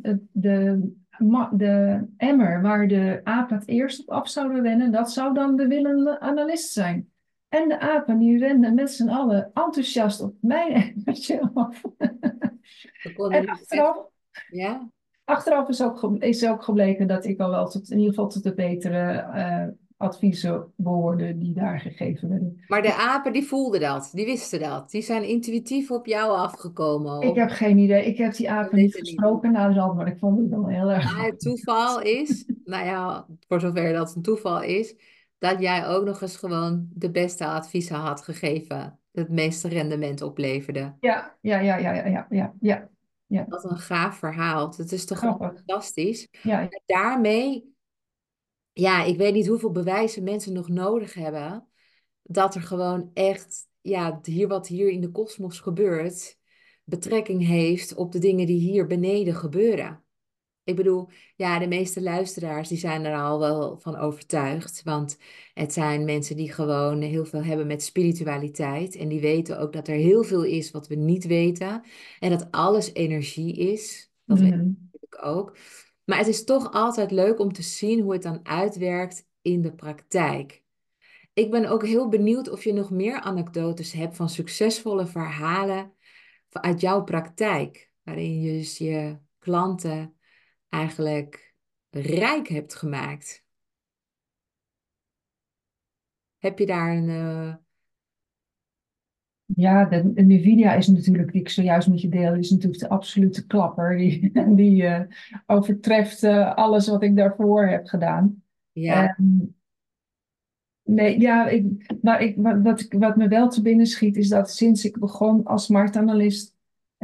de emmer waar de apen het eerst op af zouden rennen, dat zou dan de willende analist zijn. En de apen die renden met z'n allen enthousiast op mijn emmertje af. We konden En niet zeggen. Ja? achteraf is ook gebleken dat ik al wel in ieder geval tot de betere adviezen behoorde die daar gegeven werden. Maar de apen die voelden dat, die wisten dat. Die zijn intuïtief op jou afgekomen. Ik Of heb geen idee. Ik heb die dat apen niet weet je niet. gesproken na de hand, maar ik vond het wel heel erg. Maar het toeval is, nou ja, voor zover dat een toeval is, dat jij ook nog eens gewoon de beste adviezen had gegeven. Het meeste rendement opleverde. Ja, ja, ja, ja, ja, ja, ja, ja, ja. Wat een gaaf verhaal. Het is toch gewoon Grappig. fantastisch. Ja, En daarmee, ja, ik weet niet hoeveel bewijzen mensen nog nodig hebben. Dat er gewoon echt, ja, wat hier in de kosmos gebeurt, betrekking heeft op de dingen die hier beneden gebeuren. Ik bedoel, ja, de meeste luisteraars die zijn er al wel van overtuigd. Want het zijn mensen die gewoon heel veel hebben met spiritualiteit. En die weten ook dat er heel veel is wat we niet weten. En dat alles energie is. Dat weet ik mhm. natuurlijk ook. Maar het is toch altijd leuk om te zien hoe het dan uitwerkt in de praktijk. Ik ben ook heel benieuwd of je nog meer anekdotes hebt van succesvolle verhalen uit jouw praktijk. Waarin je dus je klanten eigenlijk rijk hebt gemaakt. Heb je daar een... Ja, de Nvidia is natuurlijk, die ik zojuist met je deel, is natuurlijk de absolute klapper. Die overtreft alles wat ik daarvoor heb gedaan. Ja, Nee, ja, wat me wel te binnen schiet is dat sinds ik begon als marktanalist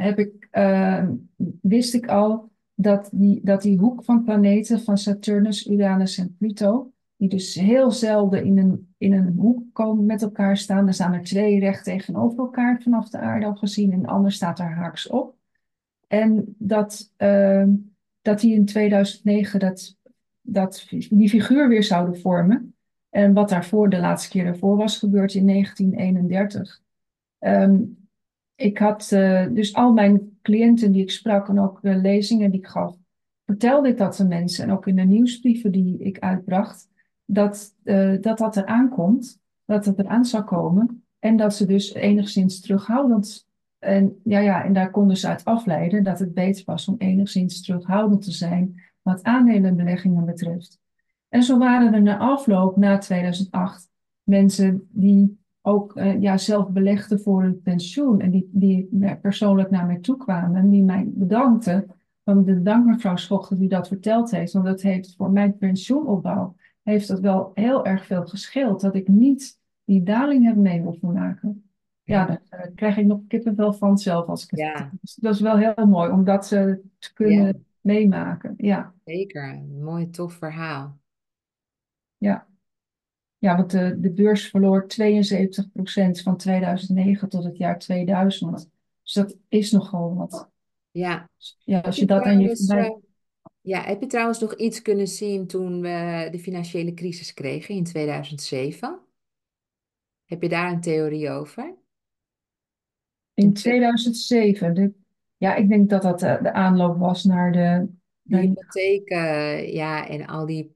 wist ik al dat die hoek van planeten van Saturnus, Uranus en Pluto, die dus heel zelden in een hoek komen met elkaar staan. Er staan er twee recht tegenover elkaar vanaf de aarde al gezien en de ander staat er haaks op. En dat die in 2009 die figuur weer zouden vormen. En wat daarvoor, de laatste keer daarvoor was gebeurd in 1931. Ehm, ik had dus al mijn cliënten die ik sprak en ook de lezingen die ik gaf, vertelde ik dat aan mensen. En ook in de nieuwsbrieven die ik uitbracht, dat eraan komt, dat het eraan zou komen. En dat ze dus enigszins terughoudend. En, en daar konden ze uit afleiden dat het beter was om enigszins terughoudend te zijn wat aandelenbeleggingen betreft. En zo waren er na afloop, na 2008, mensen die ook zelf belegden voor hun pensioen. En die persoonlijk naar mij toe kwamen en die mij bedankten. Van de dank mevrouw Schochter die dat verteld heeft. Want dat heeft voor mijn pensioenopbouw heeft dat wel heel erg veel gescheeld. Dat ik niet die daling heb mee hoeven maken. Ja, ja, daar krijg ik nog kippenvel van zelf als ik het vertel. ja, Dus dat is wel heel mooi om dat te ja, kunnen meemaken. Ja, zeker. Een mooi, tof verhaal. ja. Ja, want de beurs verloor 72% van 2009 tot het jaar 2000. Dus dat is nogal wat. Ja. Ja, Heb als je je dat aan je trouwens, voorbij... ja, heb je trouwens nog iets kunnen zien toen we de financiële crisis kregen in 2007? Heb je daar een theorie over? In 2007, ja, ik denk dat dat de aanloop was naar Die naar die... hypotheken, ja, en al die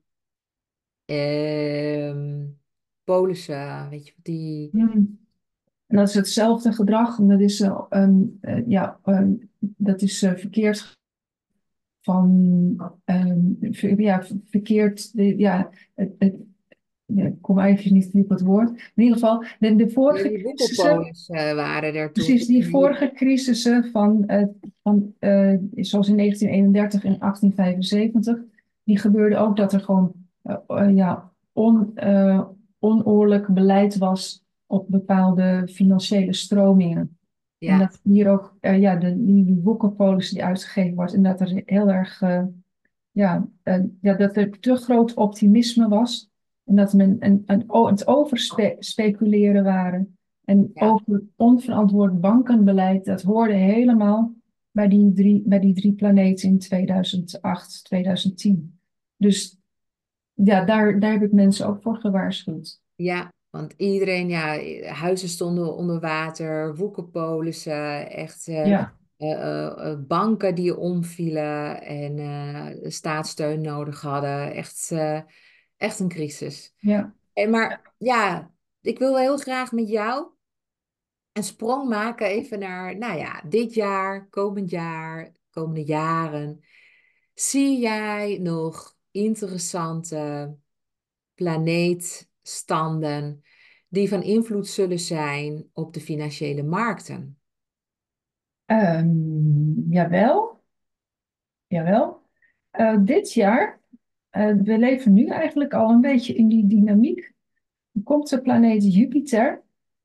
ehm polissen, weet je, die, Hmm. En dat is hetzelfde gedrag. En dat is, dat is verkeerd van... verkeerd... ik kom even niet op het woord. In ieder geval, de ja, vorige die crisissen, boekenpolissen waren er toen. precies die vorige crisissen zoals in 1931 en 1875, die gebeurde ook dat er gewoon onoorlijk beleid was op bepaalde financiële stromingen. En Ja, dat hier ook die boekenpolis die uitgegeven wordt en dat er heel erg dat er te groot optimisme was. En dat men het overspeculeren waren. En ja, over onverantwoord bankenbeleid, dat hoorde helemaal. bij die drie planeten in 2008, 2010. Dus ja, daar heb ik mensen ook voor gewaarschuwd. Ja, want iedereen, ja, huizen stonden onder water, woekerpolissen, echt Ja, banken die omvielen en staatssteun nodig hadden. Echt, echt een crisis. ja. Maar ja, ik wil heel graag met jou een sprong maken even naar, nou ja, dit jaar, komende jaren. Zie jij nog interessante planeetstanden die van invloed zullen zijn op de financiële markten? Jawel, jawel. Dit jaar, we leven nu eigenlijk al een beetje in die dynamiek. Er komt de planeet Jupiter.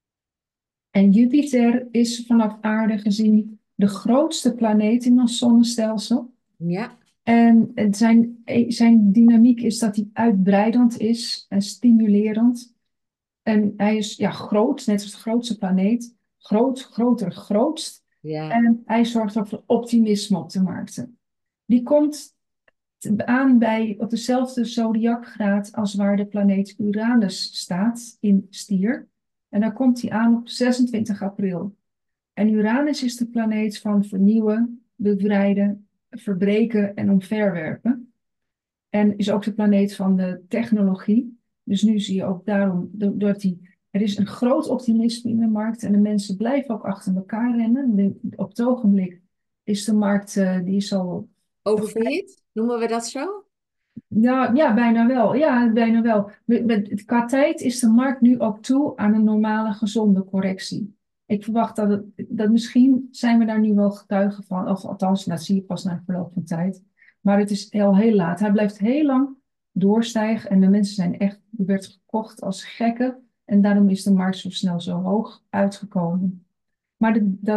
En Jupiter is vanaf aarde gezien de grootste planeet in ons zonnestelsel. Ja, En zijn dynamiek is dat hij uitbreidend is en stimulerend. En hij is ja, groot, net als de grootste planeet. Groot, groter, grootst. ja, En hij zorgt ook voor optimisme op de markten. Die komt aan bij op dezelfde zodiacgraad als waar de planeet Uranus staat in Stier. En daar komt hij aan op 26 april. En Uranus is de planeet van vernieuwen, bevrijden, verbreken en omverwerpen. En is ook de planeet van de technologie. Dus nu zie je ook daarom dat er is een groot optimisme in de markt en de mensen blijven ook achter elkaar rennen. Op het ogenblik is de markt, die is al, oververhit, noemen we dat zo? ja, ja, bijna wel. Ja, bijna wel. Qua tijd is de markt nu ook toe aan een normale, gezonde correctie. Ik verwacht dat misschien zijn we daar nu wel getuige van, of althans, dat zie je pas na verloop van tijd. Maar het is al heel laat. Hij blijft heel lang doorstijgen en de mensen zijn echt, die werd gekocht als gekken. En daarom is de markt zo snel zo hoog uitgekomen. Maar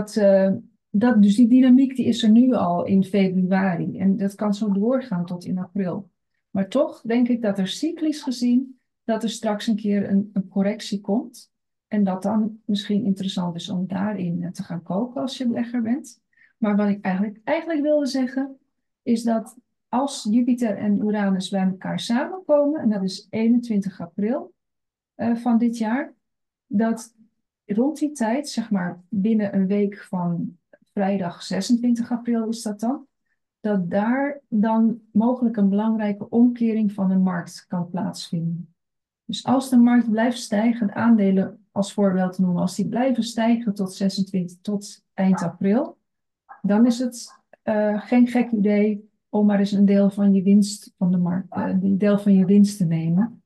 dus die dynamiek die is er nu al in februari. En dat kan zo doorgaan tot in april. Maar toch denk ik dat er cyclisch gezien, dat er straks een keer een correctie komt. En dat dan misschien interessant is om daarin te gaan kopen als je belegger bent. Maar wat ik eigenlijk wilde zeggen, is dat als Jupiter en Uranus bij elkaar samenkomen, en dat is 21 april van dit jaar, dat rond die tijd, zeg maar binnen een week van vrijdag 26 april is dat dan, dat daar dan mogelijk een belangrijke omkering van de markt kan plaatsvinden. Dus als de markt blijft stijgen, de aandelen als voorbeeld te noemen, als die blijven stijgen tot 26 tot eind april, dan is het geen gek idee om maar eens een deel van je winst van de markt, een deel van je winst te nemen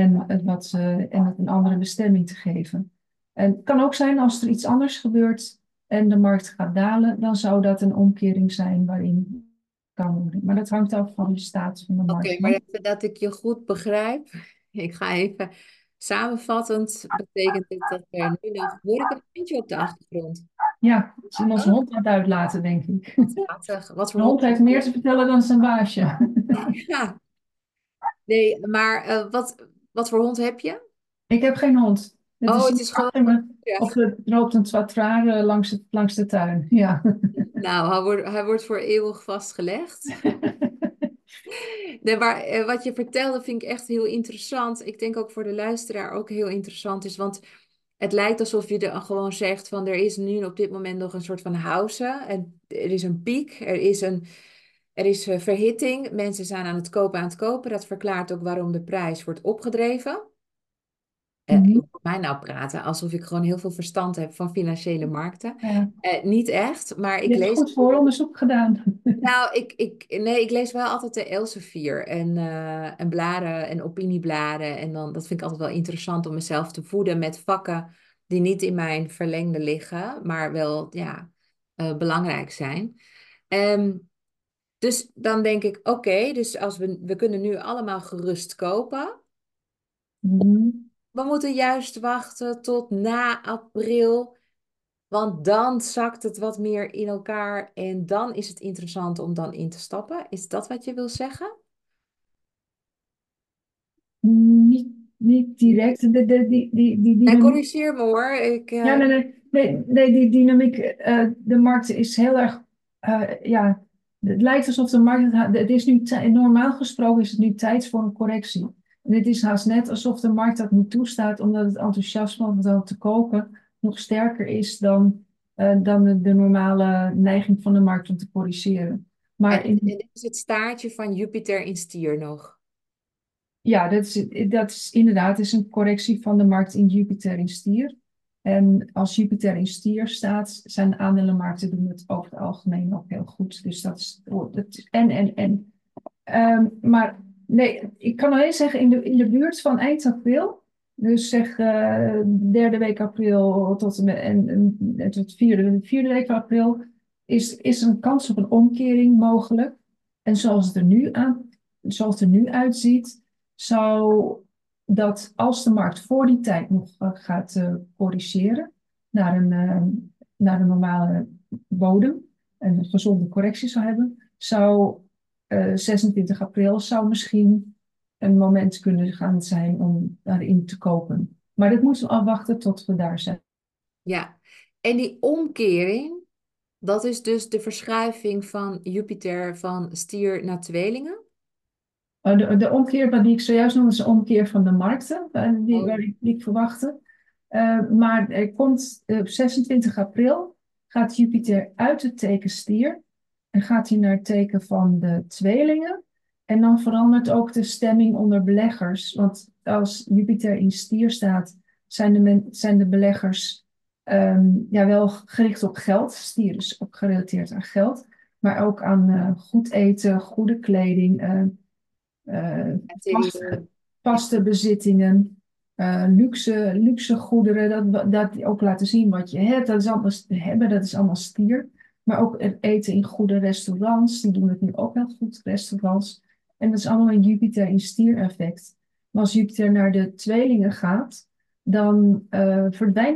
en het een andere bestemming te geven. En het kan ook zijn als er iets anders gebeurt en de markt gaat dalen, dan zou dat een omkering zijn waarin kan worden. Maar dat hangt af van de staat van de markt. Oké, maar even dat ik je goed begrijp. Ik ga even samenvattend, betekent dit dat er nu nog, hoor ik een beetje op de achtergrond? Ja, het is in onze Oh, hond aan het uitlaten, denk ik. wat schattig. Wat voor De hond hond? heeft meer te vertellen dan zijn baasje. Ja, nee, maar wat voor hond heb je? Ik heb geen hond. Het Oh, is het hier is gewoon. achter me. Ja. Of er loopt een trottoir langs de tuin. Ja. Nou, hij wordt voor eeuwig vastgelegd. Nee, maar wat je vertelde vind ik echt heel interessant. Ik denk ook voor de luisteraar ook heel interessant is, want het lijkt alsof je er gewoon zegt van er is nu op dit moment nog een soort van pauze. En er is een piek, er is verhitting. Mensen zijn aan het kopen. Dat verklaart ook waarom de prijs wordt opgedreven. Je Mhm. hoort mij nou praten alsof ik gewoon heel veel verstand heb van financiële markten. Ja. Niet echt, maar Je ik hebt lees. goed vooronderzoek gedaan. Nou, nee, ik lees wel altijd de Elsevier en bladen en opiniebladen. En dan, dat vind ik altijd wel interessant om mezelf te voeden met vakken die niet in mijn verlengde liggen, maar wel ja, belangrijk zijn. Ehm, dus dan denk ik, oké, dus als we kunnen nu allemaal gerust kopen. Mhm. We moeten juist wachten tot na april, want dan zakt het wat meer in elkaar en dan is het interessant om dan in te stappen. Is dat wat je wil zeggen? Niet, niet direct. Die Ja, dynamiek. corrigeer me hoor. Ja, nee, die dynamiek. De markt is heel erg. Ja, het lijkt alsof de markt, het is nu, normaal gesproken is het nu tijd voor een correctie. En het is haast net alsof de markt dat niet toestaat, omdat het enthousiasme om het te kopen nog sterker is dan de normale neiging van de markt om te corrigeren. Maar En is het staartje van Jupiter in stier nog? ja, dat is inderdaad is een correctie van de markt in Jupiter in stier. En als Jupiter in stier staat, zijn aandelenmarkten doen het over het algemeen ook heel goed. Dus dat is, en. Maar nee, ik kan alleen zeggen, in de buurt van eind april, dus zeg derde week april tot en tot vierde week van april, is er een kans op een omkering mogelijk. En zoals het er nu uitziet, zou dat als de markt voor die tijd nog gaat corrigeren naar een normale bodem en een gezonde correctie zou hebben, zou 26 april zou misschien een moment kunnen gaan zijn om daarin te kopen. Maar dat moeten we afwachten tot we daar zijn. Ja. En die omkering, dat is dus de verschuiving van Jupiter van stier naar tweelingen? De omkeer die ik zojuist noemde is een omkeer van de markten, Oh. die ik verwachtte. Maar er komt op 26 april gaat Jupiter uit het teken stier en gaat hij naar het teken van de tweelingen. En dan verandert ook de stemming onder beleggers. Want als Jupiter in stier staat, zijn de beleggers ja, wel gericht op geld. Stier is ook gerelateerd aan geld, maar ook aan goed eten, goede kleding. eh, Materieel. vaste bezittingen, luxe goederen, dat ook laten zien wat je hebt. Dat is allemaal hebben, dat is allemaal stier. Maar ook het eten in goede restaurants, die doen het nu ook heel goed, restaurants. En dat is allemaal een Jupiter in stier effect. Maar als Jupiter naar de tweelingen gaat, dan verdwijnt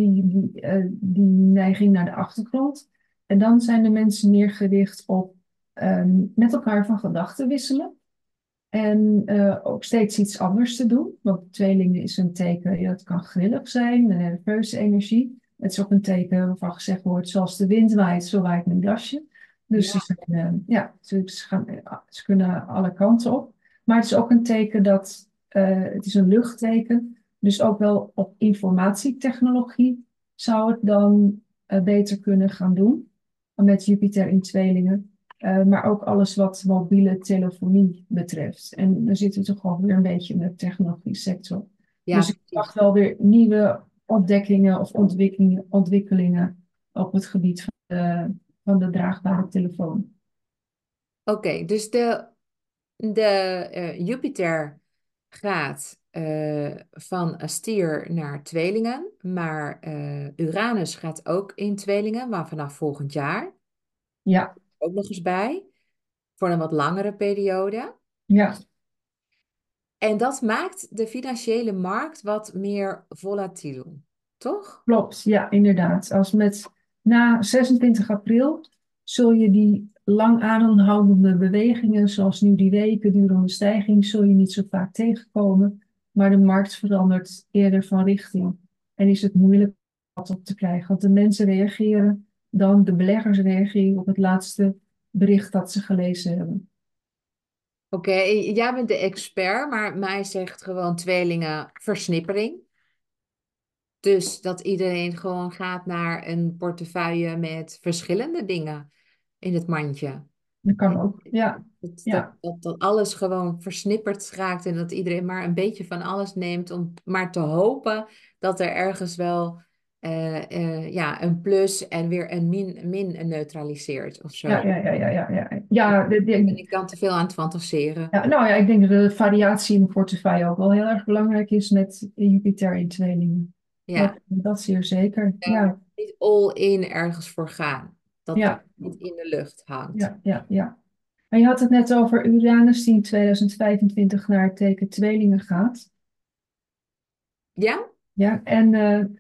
die neiging naar de achtergrond. En dan zijn de mensen meer gericht op met elkaar van gedachten wisselen. En ook steeds iets anders te doen. Want tweelingen is een teken, ja, het kan grillig zijn, een nerveuze energie. Het is ook een teken waarvan gezegd wordt, zoals de wind waait, zo waait mijn jasje. Dus Ja, ja, ze kunnen alle kanten op. Maar het is ook een teken het is een luchtteken. Dus ook wel op informatietechnologie zou het dan beter kunnen gaan doen. Met Jupiter in tweelingen. Maar ook alles wat mobiele telefonie betreft. En dan zitten we toch wel weer een beetje in de technologie sector. Dus ja, ik precies. verwacht wel weer nieuwe ontdekkingen of ontwikkelingen op het gebied van de draagbare telefoon. Oké, dus de Jupiter gaat van stier naar tweelingen, maar Uranus gaat ook in tweelingen, maar vanaf volgend jaar Ja, ook nog eens bij, voor een wat langere periode. ja, En dat maakt de financiële markt wat meer volatiel, toch? klopt. Ja, inderdaad. Na 26 april zul je die lang aanhoudende bewegingen, zoals nu die weken durende stijging, zul je niet zo vaak tegenkomen. Maar de markt verandert eerder van richting. En is het moeilijk wat op te krijgen. Want de mensen reageren dan, de beleggers reageren op het laatste bericht dat ze gelezen hebben. Oké, jij bent de expert, maar mij zegt gewoon tweelingen versnippering. Dus dat iedereen gewoon gaat naar een portefeuille met verschillende dingen in het mandje. Dat kan ook. Ja, ja. Dat alles gewoon versnipperd raakt en dat iedereen maar een beetje van alles neemt om maar te hopen dat er ergens wel ja, een plus en weer een min neutraliseert of Ja, zo. ja, ja, ja, ja, ja. Ja, Ben ik dan te veel aan het fantaseren? ja, nou ja, ik denk dat de variatie in de portefeuille ook wel heel erg belangrijk is met Jupiter in tweelingen. Ja, Dat zeer zeker. Ja, niet all in ergens voor gaan. Dat dat ja, niet in de lucht hangt. ja, ja, ja. En je had het net over Uranus die in 2025 naar het teken tweelingen gaat. Ja? Ja, en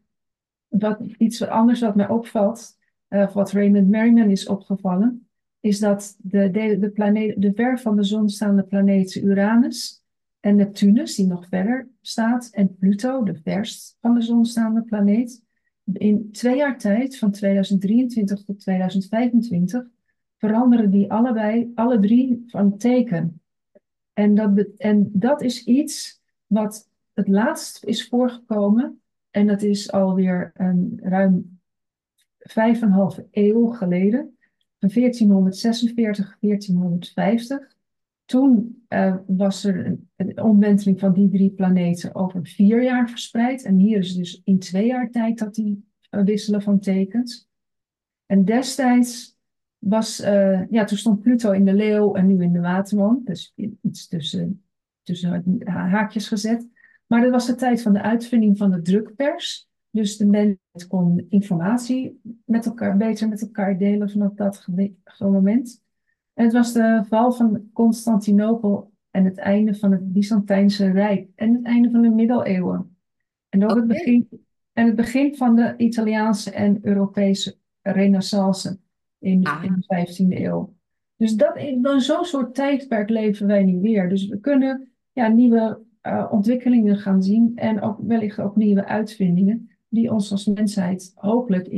iets anders wat mij opvalt, of wat Raymond Merriman is opgevallen, is dat de ver van de zon staande planeten Uranus en Neptunus, die nog verder staat, en Pluto, de verst van de zon staande planeet, in 2 jaar tijd, van 2023 tot 2025, veranderen die allebei, alle drie van teken. En dat is iets wat het laatst is voorgekomen. En dat is alweer een ruim 5,5 eeuw geleden. Van 1446, 1450. Toen was er een omwenteling van die drie planeten over 4 jaar verspreid. En hier is dus in 2 jaar tijd dat die wisselen van tekens. En destijds ja, toen stond Pluto in de leeuw en nu in de waterman. Dus iets tussen haakjes gezet. Maar dat was de tijd van de uitvinding van de drukpers. Dus de mensheid kon informatie beter met elkaar delen vanaf dat moment. En het was de val van Constantinopel en het einde van het Byzantijnse Rijk en het einde van de middeleeuwen. En ook Oké. het begin van de Italiaanse en Europese renaissance in Ah, de 15e eeuw. Dus dan zo'n soort tijdperk leven wij nu weer. Dus we kunnen ja, nieuwe ontwikkelingen gaan zien en ook wellicht ook nieuwe uitvindingen die ons als mensheid hopelijk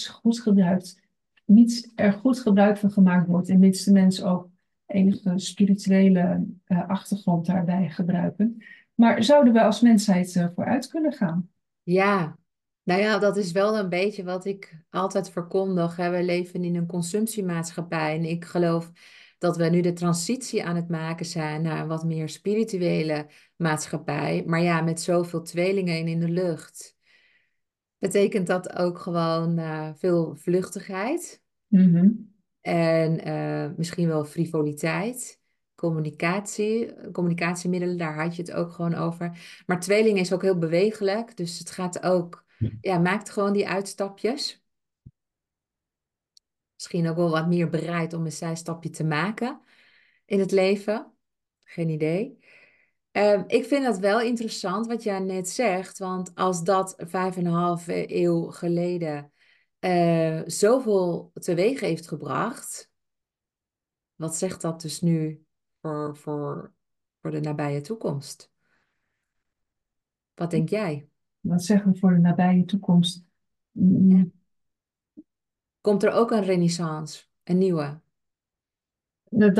mits er goed gebruik van gemaakt wordt en mits de mensen ook enige spirituele achtergrond daarbij gebruiken. Maar zouden we als mensheid vooruit kunnen gaan? ja. Nou ja, dat is wel een beetje wat ik altijd verkondig. Hè. We leven in een consumptiemaatschappij en ik geloof dat we nu de transitie aan het maken zijn naar een wat meer spirituele maatschappij. Maar ja, met zoveel tweelingen in de lucht, betekent dat ook gewoon veel vluchtigheid. Mhm. En misschien wel frivoliteit, communicatiemiddelen, daar had je het ook gewoon over. Maar tweeling is ook heel bewegelijk, dus het gaat ook, ja, maakt gewoon die uitstapjes. Misschien ook wel wat meer bereid om een zijstapje te maken in het leven. Geen idee. Ik vind dat wel interessant wat jij net zegt, want als dat 5,5 eeuw geleden zoveel teweeg heeft gebracht. Wat zegt dat dus nu voor de nabije toekomst? Wat denk jij? Wat zeggen we voor de nabije toekomst? Ja. Mm, Komt er ook een renaissance, een nieuwe? nou,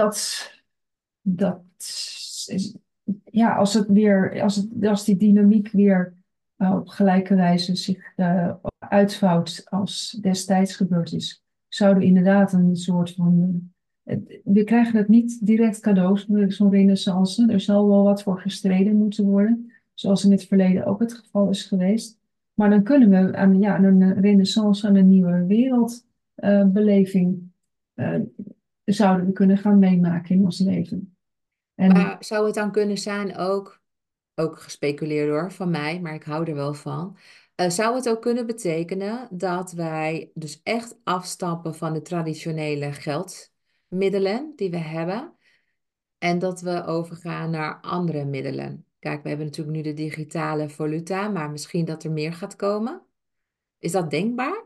dat is, ja, als die dynamiek weer op gelijke wijze zich uitvouwt als destijds gebeurd is, zouden we inderdaad een soort van. We krijgen het niet direct cadeaus, zo'n renaissance. Er zal wel wat voor gestreden moeten worden, zoals in het verleden ook het geval is geweest. Maar dan kunnen we aan, ja, aan een renaissance, aan een nieuwe wereldbeleving, zouden we kunnen gaan meemaken in ons leven. En Maar zou het dan kunnen zijn ook gespeculeerd hoor, van mij, maar ik hou er wel van. Zou het ook kunnen betekenen dat wij dus echt afstappen van de traditionele geldmiddelen die we hebben en dat we overgaan naar andere middelen? Kijk, we hebben natuurlijk nu de digitale valuta, maar misschien dat er meer gaat komen. Is dat denkbaar?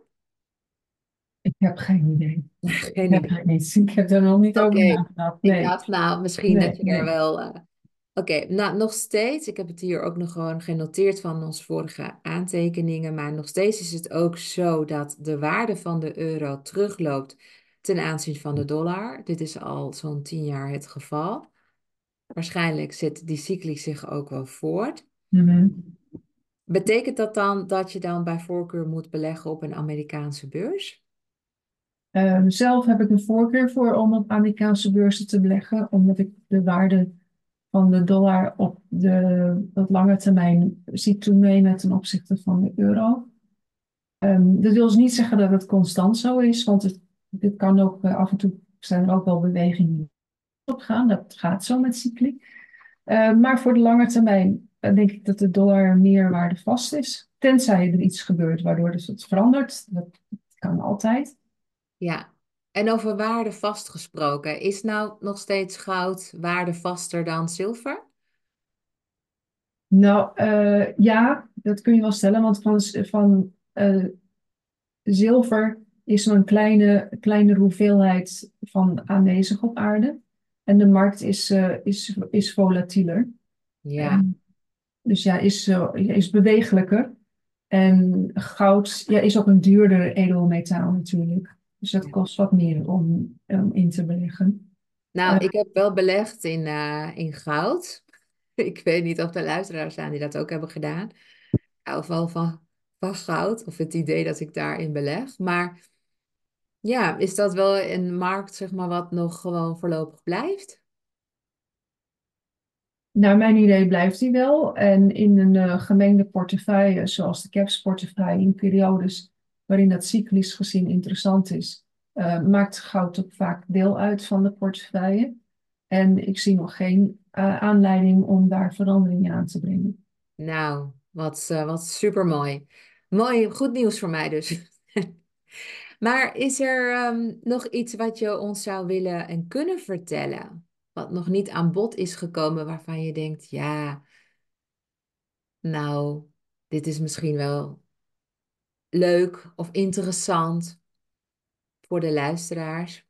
ik heb geen idee. Ik Geen heb idee. er niets. Ik heb er nog niet over Oké, nagedacht. ik Nee, dacht nou misschien dat nee, je er nee. wel. Oké, nou nog steeds, ik heb het hier ook nog gewoon genoteerd van onze vorige aantekeningen, maar nog steeds is het ook zo dat de waarde van de euro terugloopt ten aanzien van de dollar. Dit is al zo'n 10 jaar het geval. Waarschijnlijk zit die cycli zich ook wel voort. Mhm. Betekent dat dan dat je dan bij voorkeur moet beleggen op een Amerikaanse beurs? Zelf heb ik een voorkeur voor om op Amerikaanse beurzen te beleggen, omdat ik de waarde van de dollar op de wat lange termijn zie toenemen ten opzichte van de euro. Dat wil dus niet zeggen dat het constant zo is, want dit kan ook af en toe zijn er ook wel bewegingen op gaan. Dat gaat zo met cycli. Maar voor de lange termijn denk ik dat de dollar meer waardevast is. Tenzij er iets gebeurt waardoor dus het verandert. Dat kan altijd. Ja, en over waarde vastgesproken, is nou nog steeds goud waardevaster dan zilver? Nou ja, dat kun je wel stellen. Want van zilver is zo'n kleine hoeveelheid van aanwezig op aarde. En de markt is volatieler. Ja, Dus ja, is bewegelijker. En goud ja, is ook een duurder edelmetaal natuurlijk. Dus dat Ja. kost wat meer om in te beleggen. Nou, ik heb wel belegd in goud. Ik weet niet of er luisteraars zijn die dat ook hebben gedaan. Ik hou wel van goud, of het idee dat ik daarin beleg. Maar ja, is dat wel een markt, zeg maar, wat nog gewoon voorlopig blijft? Naar mijn idee blijft die wel. En in een gemengde portefeuille, zoals de CAPS-portefeuille, in periodes waarin dat cyclisch gezien interessant is, maakt goud ook vaak deel uit van de portefeuille. En ik zie nog geen aanleiding om daar veranderingen aan te brengen. Nou, wat supermooi. Mooi, goed nieuws voor mij dus. Maar is er nog iets wat je ons zou willen en kunnen vertellen? Wat nog niet aan bod is gekomen, waarvan je denkt, ja, nou, dit is misschien wel leuk of interessant voor de luisteraars.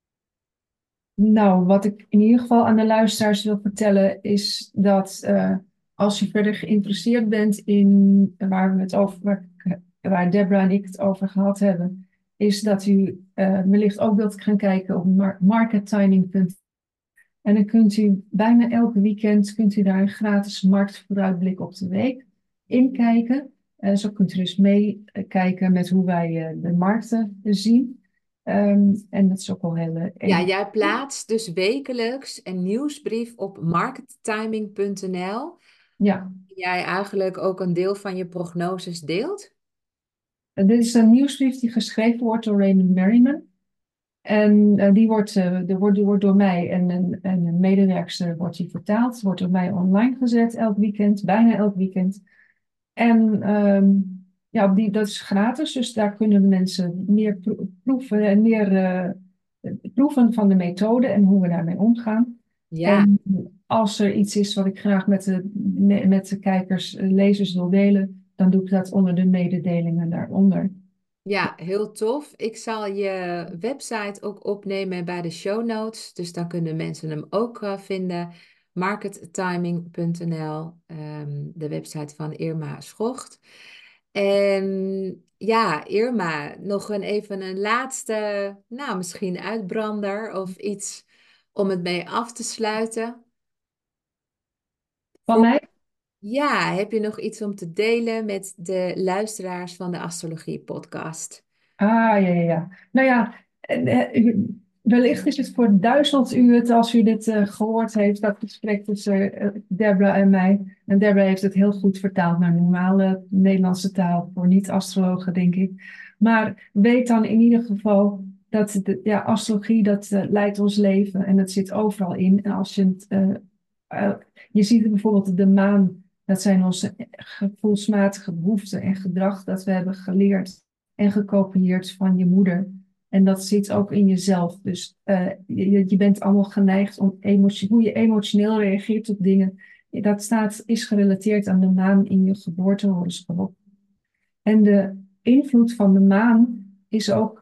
Nou, wat ik in ieder geval aan de luisteraars wil vertellen is dat als je verder geïnteresseerd bent in waar we het over, waar Deborah en ik het over gehad hebben, is dat u wellicht ook wilt gaan kijken op markettiming.nl. En dan kunt u bijna elke weekend kunt u daar een gratis marktvooruitblik op de week inkijken. Zo kunt u dus meekijken met hoe wij de markten zien. En dat is ook wel heel Ja, even. jij plaatst dus wekelijks een nieuwsbrief op markettiming.nl. Ja, Jij eigenlijk ook een deel van je prognoses deelt? en dit is een nieuwsbrief die geschreven wordt door Raymond Merriman. En die wordt door mij en een medewerkster wordt die vertaald. Wordt door mij online gezet elk weekend, bijna elk weekend. En ja, dat is gratis, dus daar kunnen de mensen meer proeven en meer proeven van de methode en hoe we daarmee omgaan. Ja, En als er iets is wat ik graag met de kijkers, lezers wil delen, dan doe ik dat onder de mededelingen daaronder. ja, heel tof. Ik zal je website ook opnemen bij de show notes. Dus dan kunnen mensen hem ook vinden. Markettiming.nl, de website van Irma Schocht. En ja, Irma, nog even een laatste, nou misschien uitbrander of iets om het mee af te sluiten. Van mij. Ja, heb je nog iets om te delen met de luisteraars van de Astrologie Podcast? Ah, ja, ja, ja. Nou ja, wellicht is het voor duizend u het als u dit gehoord heeft, dat gesprek tussen Deborah en mij. En Deborah heeft het heel goed vertaald naar normale Nederlandse taal voor niet-astrologen, denk ik. Maar weet dan in ieder geval dat ja, astrologie, dat leidt ons leven en dat zit overal in. En als je het, je ziet het bijvoorbeeld de maan, dat zijn onze gevoelsmatige behoeften en gedrag dat we hebben geleerd en gekopieerd van je moeder. En dat zit ook in jezelf. Dus je bent allemaal geneigd om hoe je emotioneel reageert op dingen. Is gerelateerd aan de maan in je geboortehoroscoop. En de invloed van de maan is ook,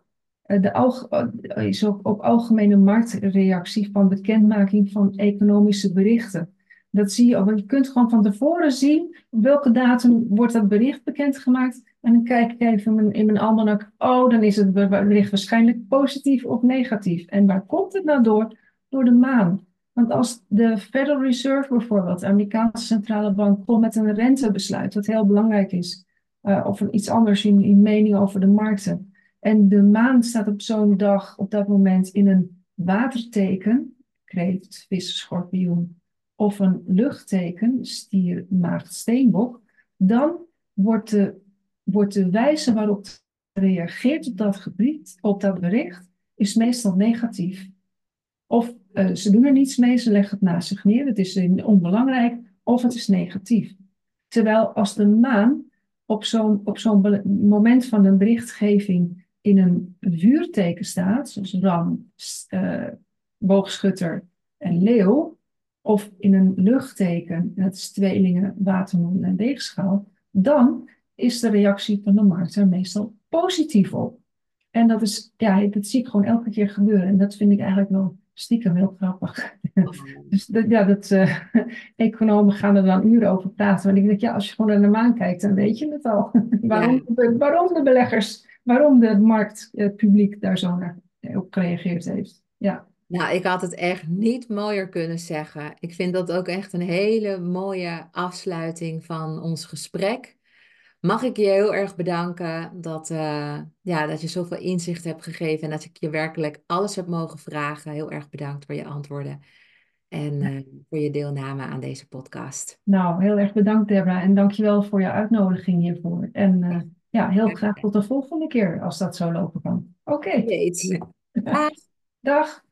is ook op algemene marktreactie van bekendmaking van economische berichten. Dat zie je ook, want je kunt gewoon van tevoren zien op welke datum wordt dat bericht bekendgemaakt. En dan kijk ik even in mijn almanak, oh, dan is het bericht waarschijnlijk positief of negatief. En waar komt het nou door? Door de maan. Want als de Federal Reserve bijvoorbeeld, de Amerikaanse centrale bank, komt met een rentebesluit, wat heel belangrijk is, of iets anders in mening over de markten. En de maan staat op zo'n dag, op dat moment, in een waterteken, kreeft, vis, schorpioen, of een luchtteken, stier, maagd, steenbok, dan wordt de wijze waarop reageert op dat bericht, is meestal negatief. Of ze doen er niets mee, ze leggen het naast zich neer, het is onbelangrijk, of het is negatief. Terwijl als de maan op zo'n moment van een berichtgeving in een vuurteken staat, zoals ram, boogschutter en leeuw, of in een luchtteken, dat is tweelingen, waterman en weegschaal, dan is de reactie van de markt er meestal positief op. En dat zie ik gewoon elke keer gebeuren. En dat vind ik eigenlijk wel Stiekem heel grappig. Oh, Dus economen gaan er dan uren over praten. Maar ik denk, ja, als je gewoon naar de maan kijkt, dan weet je het al. ja. Waarom de beleggers, waarom de markt, het publiek daar zo naar op gereageerd heeft. Ja, Nou, ik had het echt niet mooier kunnen zeggen. Ik vind dat ook echt een hele mooie afsluiting van ons gesprek. Mag ik je heel erg bedanken dat je zoveel inzicht hebt gegeven en dat ik je werkelijk alles heb mogen vragen. Heel erg bedankt voor je antwoorden en voor je deelname aan deze podcast. nou, heel erg bedankt, Debra. En dankjewel voor je uitnodiging hiervoor. En ja, heel Graag graag gedaan. tot de volgende keer als dat zo lopen kan. Oké, Wie weet. Dag. dag.